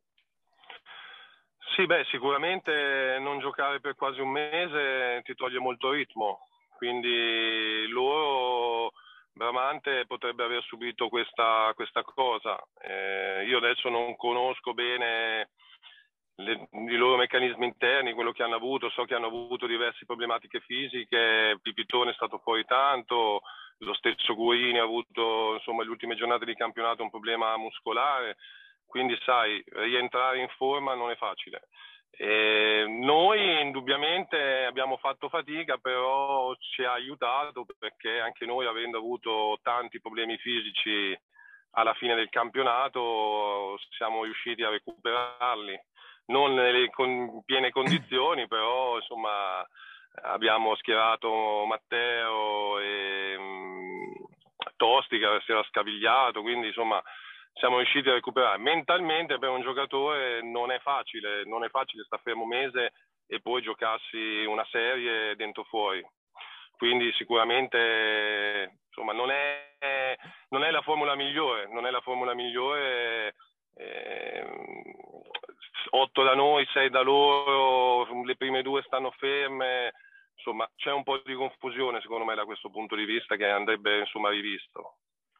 Sì, beh, sicuramente non giocare per quasi un mese ti toglie molto ritmo, quindi loro, Bramante potrebbe aver subito questa, questa cosa. Eh, io adesso non conosco bene le, i loro meccanismi interni, quello che hanno avuto, so che hanno avuto diverse problematiche fisiche, Pipitone è stato fuori tanto, lo stesso Guini ha avuto, insomma, le ultime giornate di campionato un problema muscolare, quindi sai, rientrare in forma non è facile. E noi indubbiamente abbiamo fatto fatica, però ci ha aiutato perché anche noi, avendo avuto tanti problemi fisici alla fine del campionato, siamo riusciti a recuperarli, non nelle con, piene condizioni, però insomma abbiamo schierato Matteo e um, Tosti che si era scavigliato, quindi insomma siamo riusciti a recuperare. Mentalmente per un giocatore non è facile, non è facile stare fermo un mese e poi giocarsi una serie dentro fuori. Quindi sicuramente insomma non è, non è la formula migliore, non è la formula migliore. Eh, otto da noi, sei da loro, le prime due stanno ferme, insomma c'è un po' di confusione secondo me da questo punto di vista che andrebbe insomma rivisto.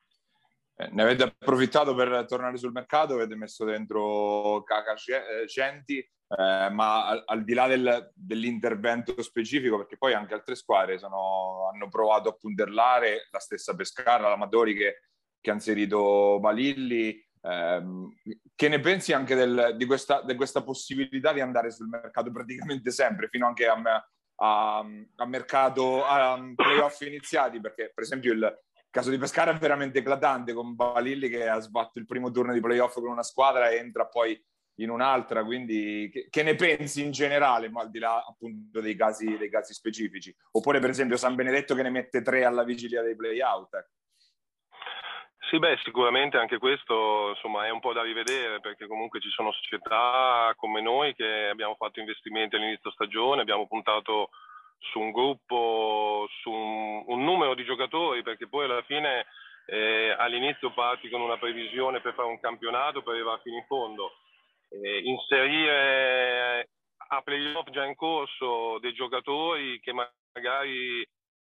Ne avete approfittato per tornare sul mercato, avete messo dentro Cacacenti, eh, ma al, al di là del, dell'intervento specifico, perché poi anche altre squadre sono, hanno provato a punterlare, la stessa Pescara, l'Amadori che, che ha inserito Balilli, ehm, che ne pensi anche del, di, questa, di questa possibilità di andare sul mercato praticamente sempre, fino anche a, a, a mercato, a playoff iniziati, perché per esempio il Il caso di Pescara è veramente eclatante, con Balilli che ha sbatto il primo turno di playoff con una squadra e entra poi in un'altra, quindi che, che ne pensi in generale, ma al di là appunto dei casi, dei casi specifici? Oppure per esempio San Benedetto che ne mette tre alla vigilia dei play-out? Eh. Sì, beh, sicuramente anche questo insomma è un po' da rivedere, perché comunque ci sono società come noi che abbiamo fatto investimenti all'inizio stagione, abbiamo puntato su un gruppo, su un, un numero di giocatori, perché poi alla fine eh, all'inizio parti con una previsione per fare un campionato, per arrivare fino in fondo. Eh, inserire a playoff già in corso dei giocatori che magari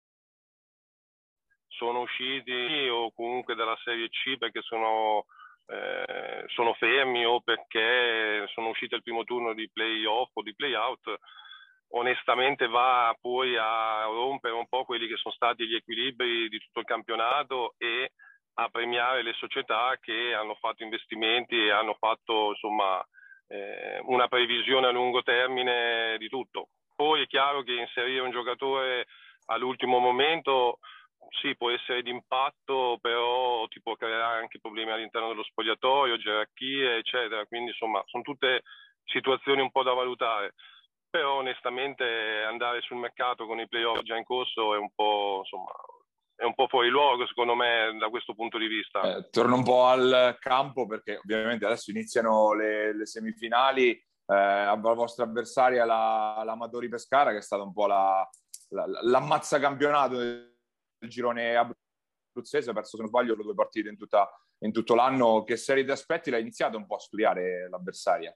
sono usciti o comunque dalla Serie C perché sono, eh, sono fermi o perché sono usciti al primo turno di playoff o di playout, onestamente va poi a rompere un po' quelli che sono stati gli equilibri di tutto il campionato e a premiare le società che hanno fatto investimenti e hanno fatto insomma eh, una previsione a lungo termine di tutto. Poi è chiaro che inserire un giocatore all'ultimo momento sì, può essere d'impatto, però ti può creare anche problemi all'interno dello spogliatoio, gerarchie, eccetera. Quindi insomma sono tutte situazioni un po' da valutare. Però onestamente andare sul mercato con i playoff già in corso è un po', insomma, è un po' fuori luogo secondo me da questo punto di vista. Eh, torno un po' al campo perché ovviamente adesso iniziano le, le semifinali, eh, la vostra avversaria la, la Amadori Pescara, che è stata un po' la, la, l'ammazzacampionato del girone abruzzese, ha perso se non sbaglio le due partite in, tutta, in tutto l'anno. Che serie di aspetti l'ha iniziato un po' a studiare l'avversaria?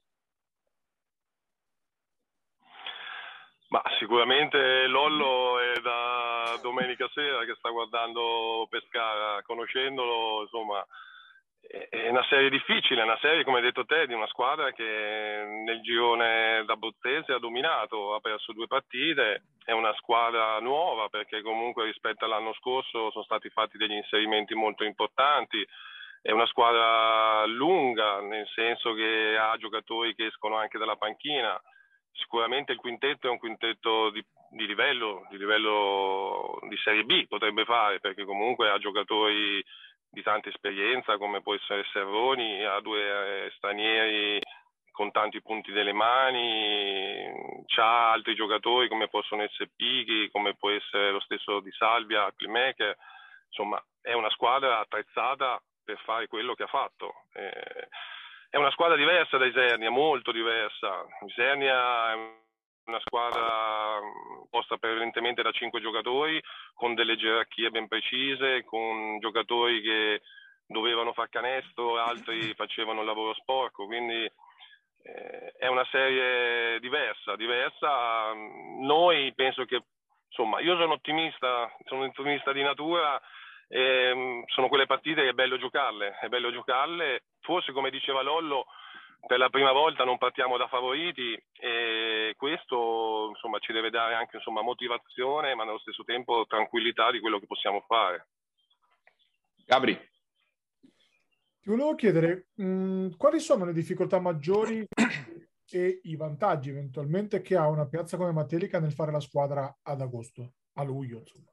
Ma sicuramente Lollo è da domenica sera che sta guardando Pescara, conoscendolo insomma è una serie difficile, è una serie come hai detto te di una squadra che nel girone d'abruzzese ha dominato, ha perso due partite, è una squadra nuova perché comunque rispetto all'anno scorso sono stati fatti degli inserimenti molto importanti, è una squadra lunga nel senso che ha giocatori che escono anche dalla panchina. Sicuramente il quintetto è un quintetto di, di livello, di livello di Serie B potrebbe fare, perché comunque ha giocatori di tanta esperienza come può essere Serroni, ha due eh, stranieri con tanti punti delle mani, c'ha altri giocatori come possono essere Pighi, come può essere lo stesso Di Salvia, playmaker, insomma è una squadra attrezzata per fare quello che ha fatto. Eh, È una squadra diversa da Isernia, molto diversa. Isernia è una squadra posta prevalentemente da cinque giocatori, con delle gerarchie ben precise, con giocatori che dovevano far canestro, altri facevano il lavoro sporco, quindi eh, è una serie diversa, diversa. Noi penso che, insomma, io sono ottimista, sono ottimista di natura. E sono quelle partite che è bello giocarle, è bello giocarle, forse come diceva Lollo per la prima volta non partiamo da favoriti e questo insomma ci deve dare anche insomma motivazione ma nello stesso tempo tranquillità di quello che possiamo fare. Gabri, ti volevo chiedere mh, quali sono le difficoltà maggiori e i vantaggi eventualmente che ha una piazza come Matelica nel fare la squadra ad agosto, a luglio insomma.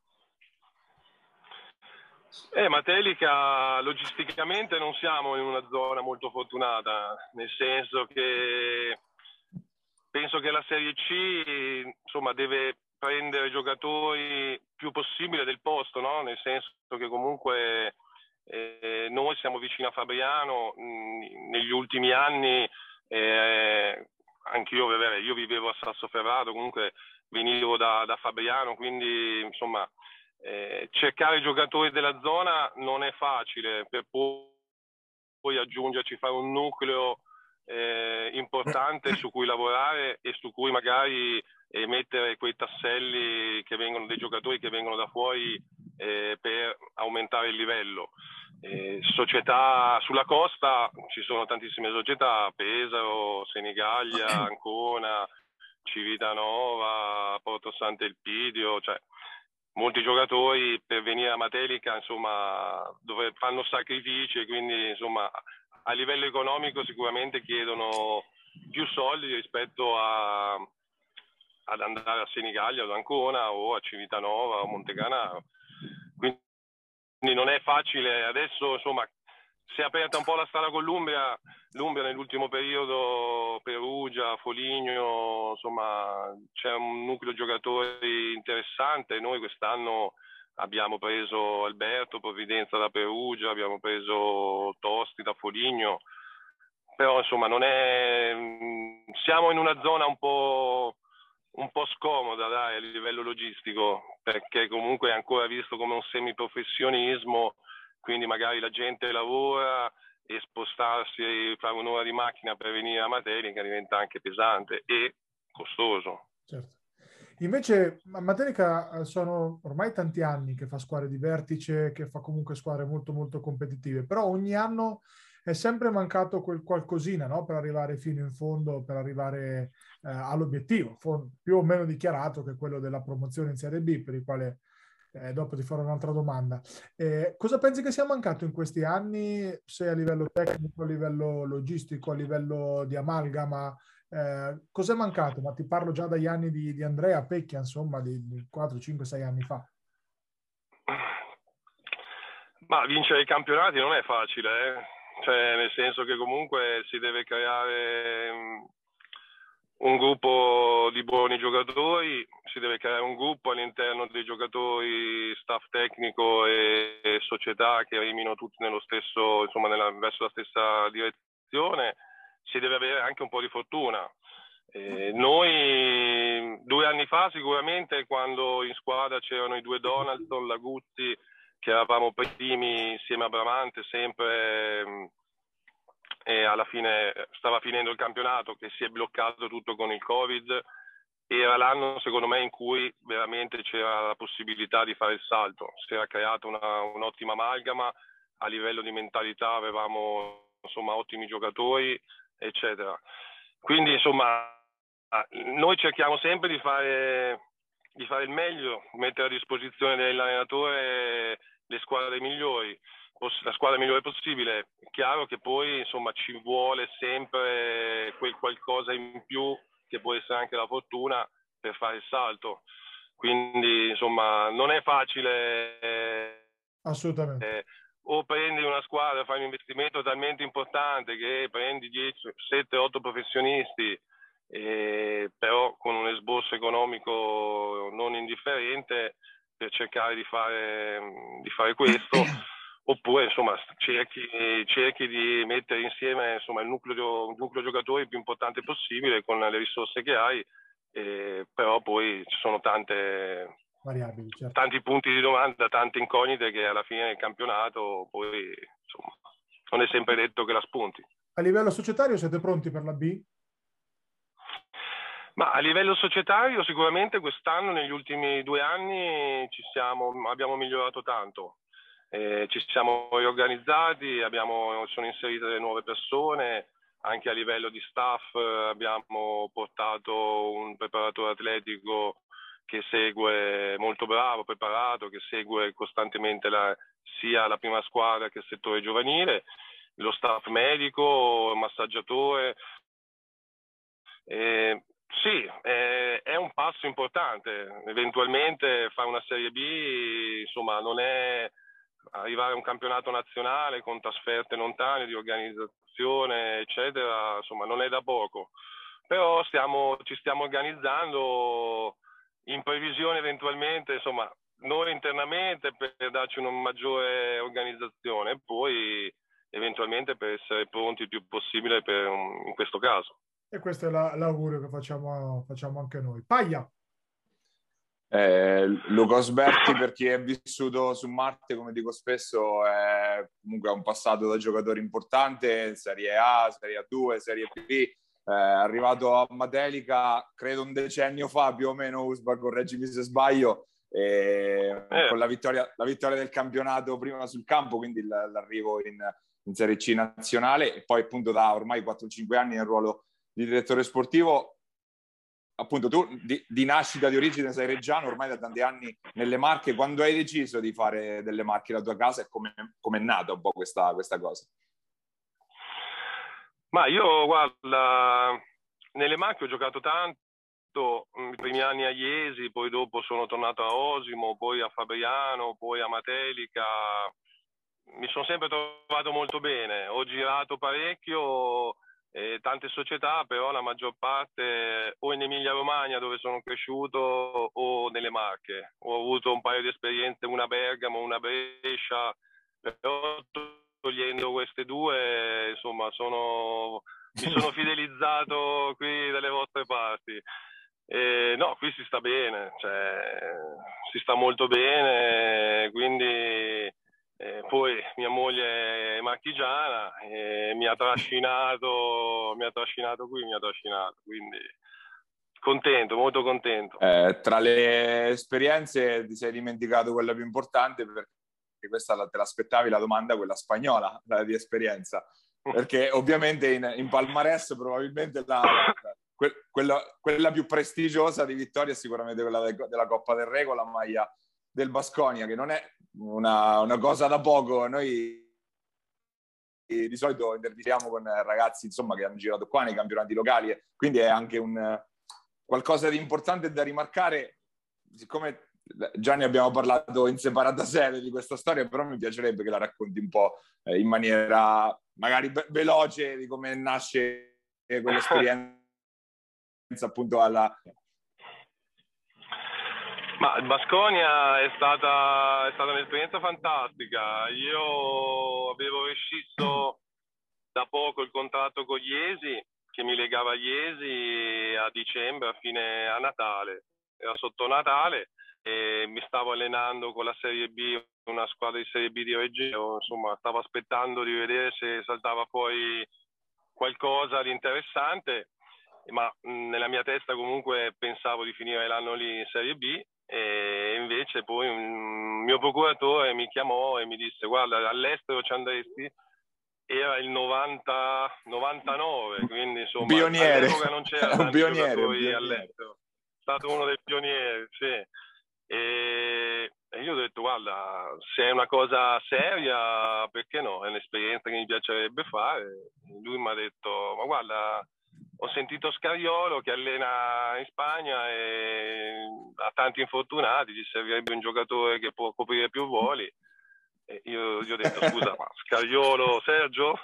Eh, Matelica logisticamente non siamo in una zona molto fortunata, nel senso che penso che la Serie C insomma deve prendere giocatori più possibile del posto, no? Nel senso che comunque eh, noi siamo vicini a Fabriano, mh, negli ultimi anni eh, anch'io io vivevo a Sassoferrato, comunque venivo da, da Fabriano, quindi insomma Eh, cercare giocatori della zona non è facile per poi, poi aggiungerci, fare un nucleo eh, importante su cui lavorare e su cui magari eh, mettere quei tasselli che vengono dei giocatori che vengono da fuori eh, per aumentare il livello. Eh, società sulla costa ci sono tantissime società, Pesaro, Senigallia, Ancona, Civitanova, Porto Sant'Elpidio, cioè molti giocatori per venire a Matelica insomma dove fanno sacrifici e quindi insomma a livello economico sicuramente chiedono più soldi rispetto a, ad andare a Senigallia o ad Ancona o a Civitanova o Montecanaro, quindi non è facile. Adesso insomma si è aperta un po' la strada con l'Umbria, l'Umbria nell'ultimo periodo, Perugia, Foligno, insomma c'è un nucleo giocatori interessante. Noi quest'anno abbiamo preso Alberto Provvidenza da Perugia, abbiamo preso Tosti da Foligno, però insomma non è, siamo in una zona un po', un po' scomoda dai, a livello logistico, perché comunque è ancora visto come un semiprofessionismo. Quindi magari la gente lavora e spostarsi, fare un'ora di macchina per venire a Matelica diventa anche pesante e costoso. Certo. Invece a Matelica sono ormai tanti anni che fa squadre di vertice, che fa comunque squadre molto molto competitive, però ogni anno è sempre mancato quel qualcosina, no? Per arrivare fino in fondo, per arrivare eh, all'obiettivo, più o meno dichiarato, che è quello della promozione in Serie B, per il quale eh, dopo ti farò un'altra domanda. Eh, cosa pensi che sia mancato in questi anni, se a livello tecnico, a livello logistico, a livello di amalgama? Eh, cos'è mancato? Ma ti parlo già dagli anni di, di Andrea Pecchia, insomma, di, di quattro, cinque, sei anni fa. Ma vincere i campionati non è facile, eh? Cioè, nel senso che comunque si deve creare un gruppo di buoni giocatori, si deve creare un gruppo all'interno dei giocatori, staff tecnico e, e società che remino tutti nello stesso, insomma, nella, verso la stessa direzione. Si deve avere anche un po' di fortuna. Eh, noi due anni fa sicuramente, quando in squadra c'erano i due Donaldson, Laguzzi, che eravamo primi insieme a Bramante sempre, e alla fine stava finendo il campionato, che si è bloccato tutto con il Covid. Era l'anno secondo me in cui veramente c'era la possibilità di fare il salto, si era creata una, un'ottima amalgama, a livello di mentalità avevamo insomma ottimi giocatori eccetera. Quindi insomma noi cerchiamo sempre di fare, di fare il meglio, mettere a disposizione dell'allenatore le squadre migliori, la squadra migliore possibile. È chiaro che poi insomma ci vuole sempre quel qualcosa in più, che può essere anche la fortuna, per fare il salto. Quindi insomma non è facile, eh, assolutamente. Eh, o prendi una squadra, fai un investimento talmente importante che prendi dieci, sette, otto professionisti, eh, però con un esborso economico non indifferente, per cercare di fare, di fare questo, oppure insomma cerchi, cerchi di mettere insieme insomma il nucleo, il nucleo giocatori più importante possibile con le risorse che hai, eh, però poi ci sono tante variabili, certo. Tanti punti di domanda, tante incognite che alla fine del campionato poi insomma non è sempre detto che la spunti. A livello societario siete pronti per la B? Ma a livello societario sicuramente quest'anno, negli ultimi due anni, ci siamo, abbiamo migliorato tanto. Eh, ci siamo riorganizzati, abbiamo, sono inserite le nuove persone, anche a livello di staff eh, abbiamo portato un preparatore atletico che segue, molto bravo, preparato, che segue costantemente la, sia la prima squadra che il settore giovanile, lo staff medico, il massaggiatore. Eh, sì, eh, è un passo importante. Eventualmente fare una Serie B, insomma, non è arrivare a un campionato nazionale con trasferte lontane di organizzazione, eccetera, insomma, non è da poco. Però stiamo, ci stiamo organizzando in previsione eventualmente, insomma, noi internamente per darci una maggiore organizzazione e poi eventualmente per essere pronti il più possibile per un, in questo caso. E questo è la, l'augurio che facciamo, facciamo anche noi. Paglia! Eh, Luca Osberti, per chi è vissuto su Marte, come dico spesso, è comunque un passato da giocatore importante, Serie A, Serie A due, Serie B. Eh, arrivato a Matelica credo un decennio fa più o meno, Usba, correggimi se sbaglio, e eh. con la vittoria, la vittoria del campionato prima sul campo, quindi l'arrivo in, in Serie C nazionale, e poi appunto da ormai quattro cinque anni nel ruolo di direttore sportivo. Appunto tu di, di nascita, di origine sei reggiano, ormai da tanti anni nelle Marche. Quando hai deciso di fare delle Marche la tua casa e come è nata un po' questa, questa cosa? Ma io, guarda, nelle Marche ho giocato tanto, i primi anni a Iesi, poi dopo sono tornato a Osimo, poi a Fabriano, poi a Matelica. Mi sono sempre trovato molto bene, ho girato parecchio, eh, tante società, però la maggior parte o in Emilia Romagna, dove sono cresciuto, o nelle Marche. Ho avuto un paio di esperienze, una a Bergamo, una a Brescia, però togliendo queste due, insomma, sono, mi sono fidelizzato qui dalle vostre parti. Eh, no, qui si sta bene, cioè, si sta molto bene, quindi eh, poi mia moglie è marchigiana e mi ha trascinato, mi ha trascinato qui, mi ha trascinato, quindi contento, molto contento. Eh, tra le esperienze ti sei dimenticato quella più importante, perché questa te l'aspettavi, la domanda, quella spagnola, la di esperienza. perché ovviamente in, in palmarès probabilmente la, la, que, quella, quella più prestigiosa di vittoria è sicuramente quella de, della Coppa del Re con la maglia del Baskonia, che non è una, una cosa da poco. Noi di solito intervistiamo con ragazzi, insomma, che hanno girato qua nei campionati locali, quindi è anche un qualcosa di importante da rimarcare. Siccome già ne abbiamo parlato in separata sede di questa storia, però mi piacerebbe che la racconti un po' in maniera magari be- veloce di come nasce quell'esperienza appunto alla... Ma il Baskonia è stata, è stata un'esperienza fantastica. Io avevo rescisso da poco il contratto con Iesi, che mi legava a Iesi a dicembre, a fine a Natale. Era sotto Natale e mi stavo allenando con la Serie B, una squadra di Serie B di Reggio. Insomma, stavo aspettando di vedere se saltava fuori qualcosa di interessante, ma mh, nella mia testa comunque pensavo di finire l'anno lì in Serie B. E invece poi un mio procuratore mi chiamò e mi disse: guarda, all'estero ci andresti? Era il novanta novantanove, quindi insomma pioniere. all'epoca non c'erano tanti pioniere, giocatori all'estero. È stato uno dei pionieri, sì. E, e io ho detto: guarda, se è una cosa seria, perché no? È un'esperienza che mi piacerebbe fare. Lui mi ha detto: ma guarda, ho sentito Scariolo che allena in Spagna e ha tanti infortunati, ci servirebbe un giocatore che può coprire più ruoli. E io gli ho detto: scusa, ma Scariolo, Sergio?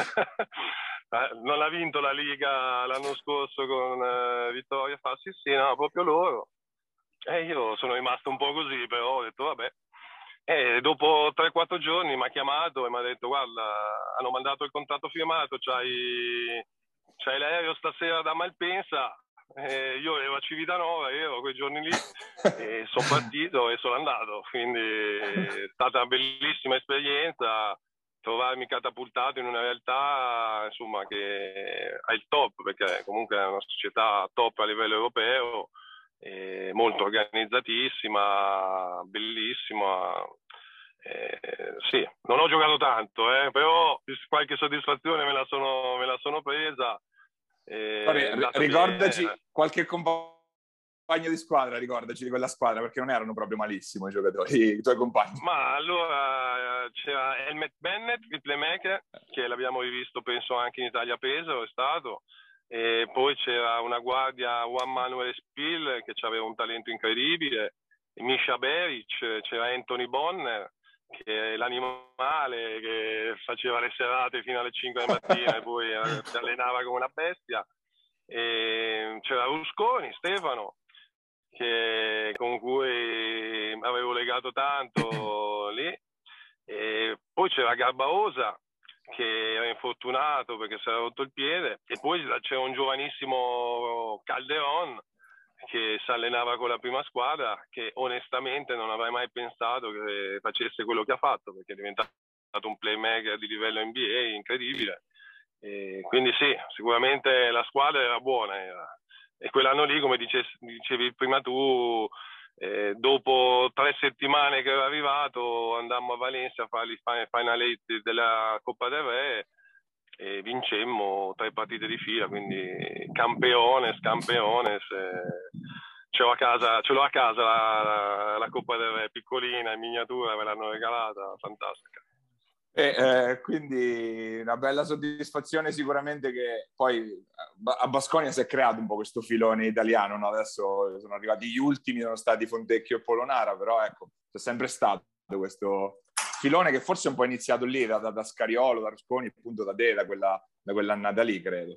Non ha vinto la Liga l'anno scorso con uh, Vittoria? Fa sì sì, no, proprio loro. E io sono rimasto un po' così, però ho detto vabbè. E dopo tre quattro giorni mi ha chiamato e mi ha detto: guarda, hanno mandato il contratto firmato, c'hai, c'hai l'aereo stasera da Malpensa. E io ero a Civitanova, ero quei giorni lì e sono partito e sono andato, quindi è stata una bellissima esperienza trovarmi catapultato in una realtà, insomma, che è il top, perché comunque è una società top a livello europeo, eh, molto organizzatissima, bellissima. Eh, sì, non ho giocato tanto, eh, però qualche soddisfazione me la sono, me la sono presa. Eh, ricordaci bene. Qualche compagno di squadra, ricordaci di quella squadra, perché non erano proprio malissimo i giocatori, i tuoi compagni. Ma allora c'era Helmet Bennett, il playmaker, che l'abbiamo rivisto penso anche in Italia Peso, è stato, e poi c'era una guardia, Juan Manuel Spill, che aveva un talento incredibile, Misha Beric, c'era Anthony Bonner, che è l'animale che faceva le serate fino alle cinque di mattina e poi si allenava come una bestia. E c'era Rusconi, Stefano, che, con cui avevo legato tanto lì. E poi c'era Garbaosa, che era infortunato perché si era rotto il piede, e poi c'era un giovanissimo Calderon che si allenava con la prima squadra, che onestamente non avrei mai pensato che facesse quello che ha fatto, perché è diventato un playmaker di livello N B A incredibile. E quindi sì, sicuramente la squadra era buona, era. E quell'anno lì, come dicevi, dicevi prima tu, eh, dopo tre settimane che ero arrivato, andammo a Valencia a fare i final eight della Coppa del Re e vincemmo tre partite di fila, quindi campeones, campeones. Eh, ce l'ho a casa, ce l'ho a casa la, la, la Coppa del Re, piccolina, in miniatura, me l'hanno regalata, fantastica. E, eh, quindi una bella soddisfazione sicuramente, che poi a Baskonia si è creato un po' questo filone italiano, no? Adesso sono arrivati gli ultimi, sono stati Fontecchio e Polonara, però ecco, c'è sempre stato questo filone che forse è un po' iniziato lì, da, da Scariolo, da Rusconi, appunto da te, da, quella, da quell'annata lì, credo.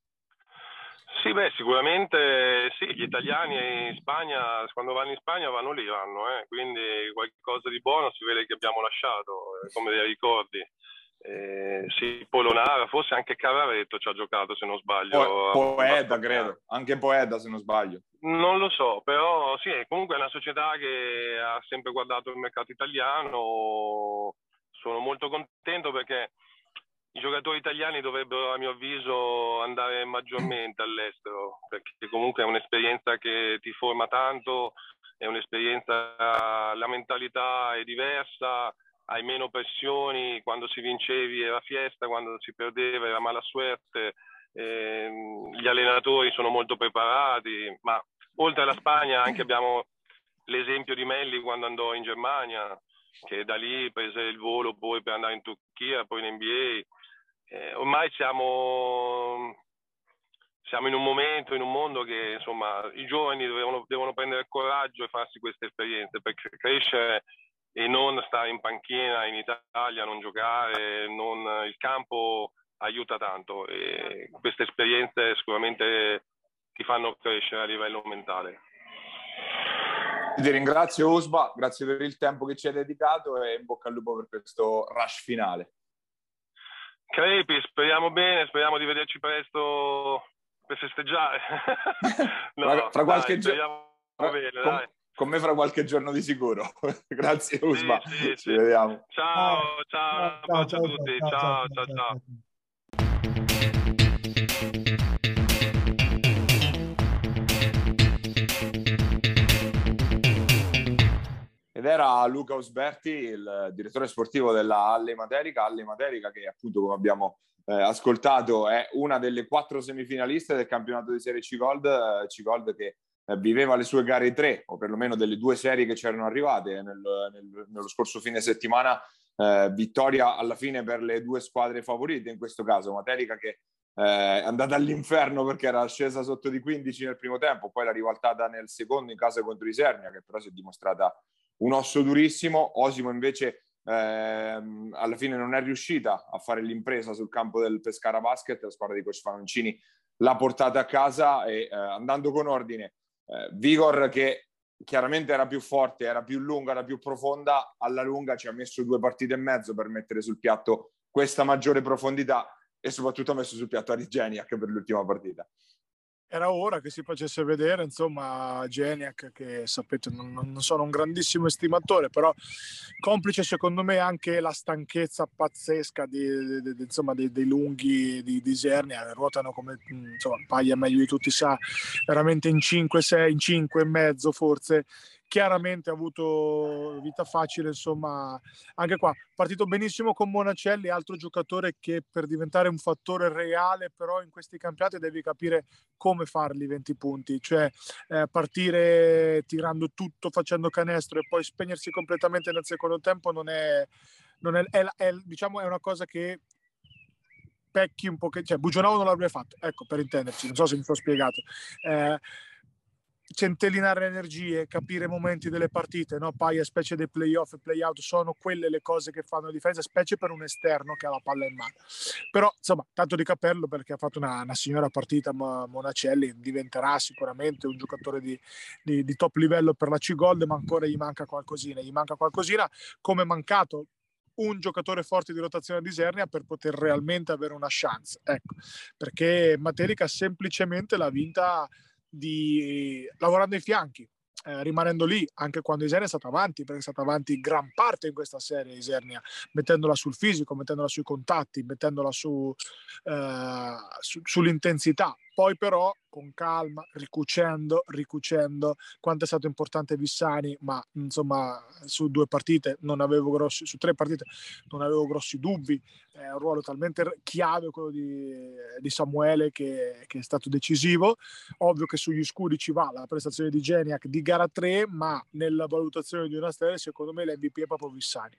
Sì, beh, sicuramente sì, gli italiani in Spagna, quando vanno in Spagna vanno lì, vanno, eh? Quindi qualcosa di buono si vede che abbiamo lasciato, eh, come dei ricordi. Eh, sì, Polonara, forse anche Cararetto ci ha giocato, se non sbaglio. Po- Poeta, credo, anche Poeta, se non sbaglio. Non lo so, però sì, comunque è una società che ha sempre guardato il mercato italiano. Sono molto contento perché i giocatori italiani dovrebbero, a mio avviso, andare maggiormente all'estero, perché comunque è un'esperienza che ti forma tanto, è un'esperienza, la mentalità è diversa, hai meno pressioni, quando si vincevi era fiesta, quando si perdeva era mala suerte, eh, gli allenatori sono molto preparati, ma oltre alla Spagna anche abbiamo l'esempio di Melli quando andò in Germania, che da lì prese il volo poi per andare in Turchia, poi in N B A. Eh, ormai siamo, siamo in un momento, in un mondo che insomma i giovani devono, devono prendere coraggio e farsi queste esperienze per crescere e non stare in panchina in Italia, non giocare, non, il campo aiuta tanto e queste esperienze sicuramente ti fanno crescere a livello mentale. Ti ringrazio Usba, grazie per il tempo che ci hai dedicato e in bocca al lupo per questo rush finale. Crepi, speriamo bene, speriamo di vederci presto per festeggiare. No, fra, fra qualche giorno con, con me fra qualche giorno di sicuro. Grazie Usba, sì, sì, ci sì. vediamo. Ciao, ciao, ciao, ciao a tutti, ciao, ciao, ciao. ciao. ciao. Ed era Luca Usberti, il direttore sportivo della Alley Materica, Alley Materica che appunto, come abbiamo eh, ascoltato, è una delle quattro semifinaliste del campionato di Serie C Gold, eh, C Gold che eh, viveva le sue gare tre, o perlomeno delle due serie che c'erano arrivate nel, nel, nello scorso fine settimana, eh, vittoria alla fine per le due squadre favorite, in questo caso Materica che eh, è andata all'inferno perché era scesa sotto di quindici nel primo tempo, poi l'ha rivaltata nel secondo in casa contro Isernia, che però si è dimostrata un osso durissimo. Osimo invece ehm, alla fine non è riuscita a fare l'impresa sul campo del Pescara Basket, la squadra di coach Fanoncini l'ha portata a casa e eh, andando con ordine, eh, Vigor che chiaramente era più forte, era più lunga, era più profonda, alla lunga ci ha messo due partite e mezzo per mettere sul piatto questa maggiore profondità e soprattutto ha messo sul piatto Arigeniak per l'ultima partita. Era ora che si facesse vedere, insomma, Geniak, che sapete non, non sono un grandissimo estimatore, però complice secondo me anche la stanchezza pazzesca di, di, di, insomma, dei, dei lunghi di, di Isernia, ruotano come, insomma, Paglia meglio di tutti sa, veramente in cinque sei, in cinque e mezzo forse. Chiaramente ha avuto vita facile, insomma, anche qua partito benissimo con Monacelli, altro giocatore che per diventare un fattore reale però in questi campionati devi capire come farli venti punti, cioè eh, partire tirando tutto, facendo canestro e poi spegnersi completamente nel secondo tempo non è, non è, è, è diciamo è una cosa che Pecchi un po', che, cioè Bugionovo non l'avrebbe fatto, ecco, per intenderci, non so se mi sono spiegato. Eh, centellinare le energie, capire i momenti delle partite, no? Poi specie dei playoff e playout sono quelle le cose che fanno la differenza, specie per un esterno che ha la palla in mano. Però insomma, tanto di capello perché ha fatto una, una signora partita Monacelli, diventerà sicuramente un giocatore di, di, di top livello per la C Gold, ma ancora gli manca qualcosina, gli manca qualcosina come è mancato un giocatore forte di rotazione di Isernia per poter realmente avere una chance, ecco, perché Materica semplicemente l'ha vinta di lavorando ai fianchi, eh, rimanendo lì anche quando Isernia è stata avanti, perché è stata avanti gran parte in questa serie Isernia, mettendola sul fisico, mettendola sui contatti, mettendola su, eh, su, sull'intensità. Poi però con calma, ricucendo, ricucendo, quanto è stato importante Vissani, ma insomma su due partite non avevo grossi, su tre partite non avevo grossi dubbi, è un ruolo talmente chiave quello di, di Samuele che, che è stato decisivo. Ovvio che sugli scudi ci va la prestazione di Geniak di gara tre, ma nella valutazione di una serie secondo me l'M V P è proprio Vissani.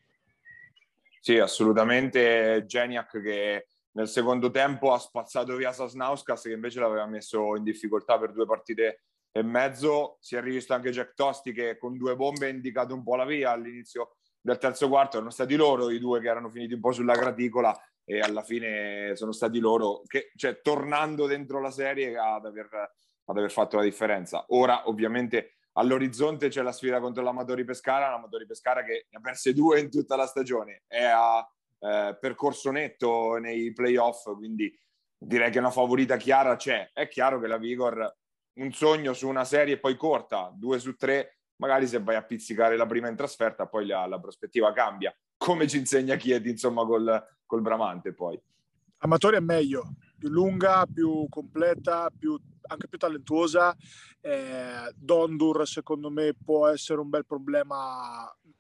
Sì, assolutamente. Geniak che nel secondo tempo ha spazzato via Sasnauskas che invece l'aveva messo in difficoltà per due partite e mezzo. Si è rivisto anche Jack Tosti che con due bombe ha indicato un po' la via all'inizio del terzo quarto. Erano stati loro i due che erano finiti un po' sulla graticola e alla fine sono stati loro che, cioè, tornando dentro la serie ad aver, ad aver fatto la differenza. Ora ovviamente all'orizzonte c'è la sfida contro l'Amatori Pescara, l'Amatori Pescara che ne ha perse due in tutta la stagione, è a Eh, percorso netto nei playoff, quindi direi che una favorita chiara c'è. È chiaro che la Vigor un sogno su una serie poi corta, due su tre, magari se vai a pizzicare la prima in trasferta poi la, la prospettiva cambia, come ci insegna Chieti insomma col, col Bramante. Poi Amatori è meglio, più lunga, più completa, più, anche più talentuosa. eh, Dondur secondo me può essere un bel problema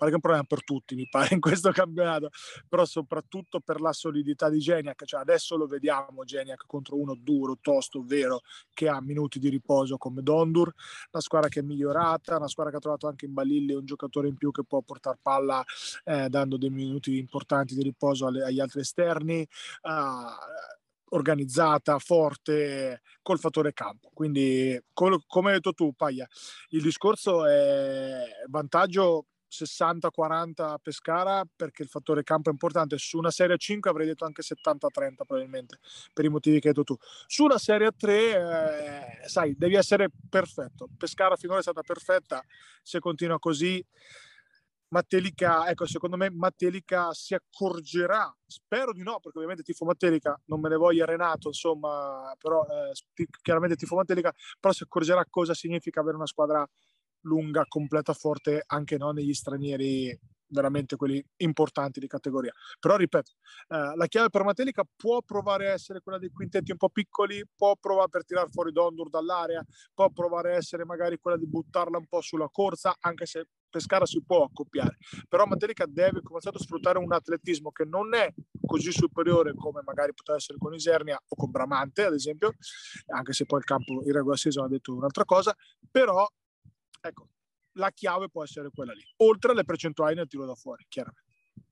pare che è un problema per tutti, mi pare, in questo campionato, però soprattutto per la solidità di Geniac. Cioè adesso lo vediamo Geniac contro uno duro, tosto, vero, che ha minuti di riposo come Dondur, una squadra che è migliorata, una squadra che ha trovato anche in Balilli un giocatore in più che può portare palla eh, dando dei minuti importanti di riposo alle, agli altri esterni, uh, organizzata, forte, col fattore campo. Quindi come, come hai detto tu, Paglia, il discorso è vantaggio sessanta quaranta a Pescara perché il fattore campo è importante. Su una Serie cinque avrei detto anche settanta trenta probabilmente, per i motivi che hai detto tu. Su una Serie tre eh, sai, devi essere perfetto. Pescara finora è stata perfetta, se continua così Matelica, ecco, secondo me Matelica si accorgerà, spero di no, perché ovviamente tifo Matelica, non me ne voglia Renato, insomma, però eh, chiaramente tifo Matelica, però si accorgerà cosa significa avere una squadra lunga, completa, forte, anche no, negli stranieri veramente quelli importanti di categoria. Però ripeto, eh, la chiave per Matelica può provare a essere quella dei quintetti un po' piccoli, può provare per tirare fuori Dondur dall'area, può provare a essere magari quella di buttarla un po' sulla corsa, anche se Pescara si può accoppiare, però Matelica deve come stato sfruttare un atletismo che non è così superiore come magari poteva essere con Isernia o con Bramante ad esempio, anche se poi il campo in regular season ha detto un'altra cosa, però ecco, la chiave può essere quella lì, oltre alle percentuali nel tiro da fuori, chiaramente.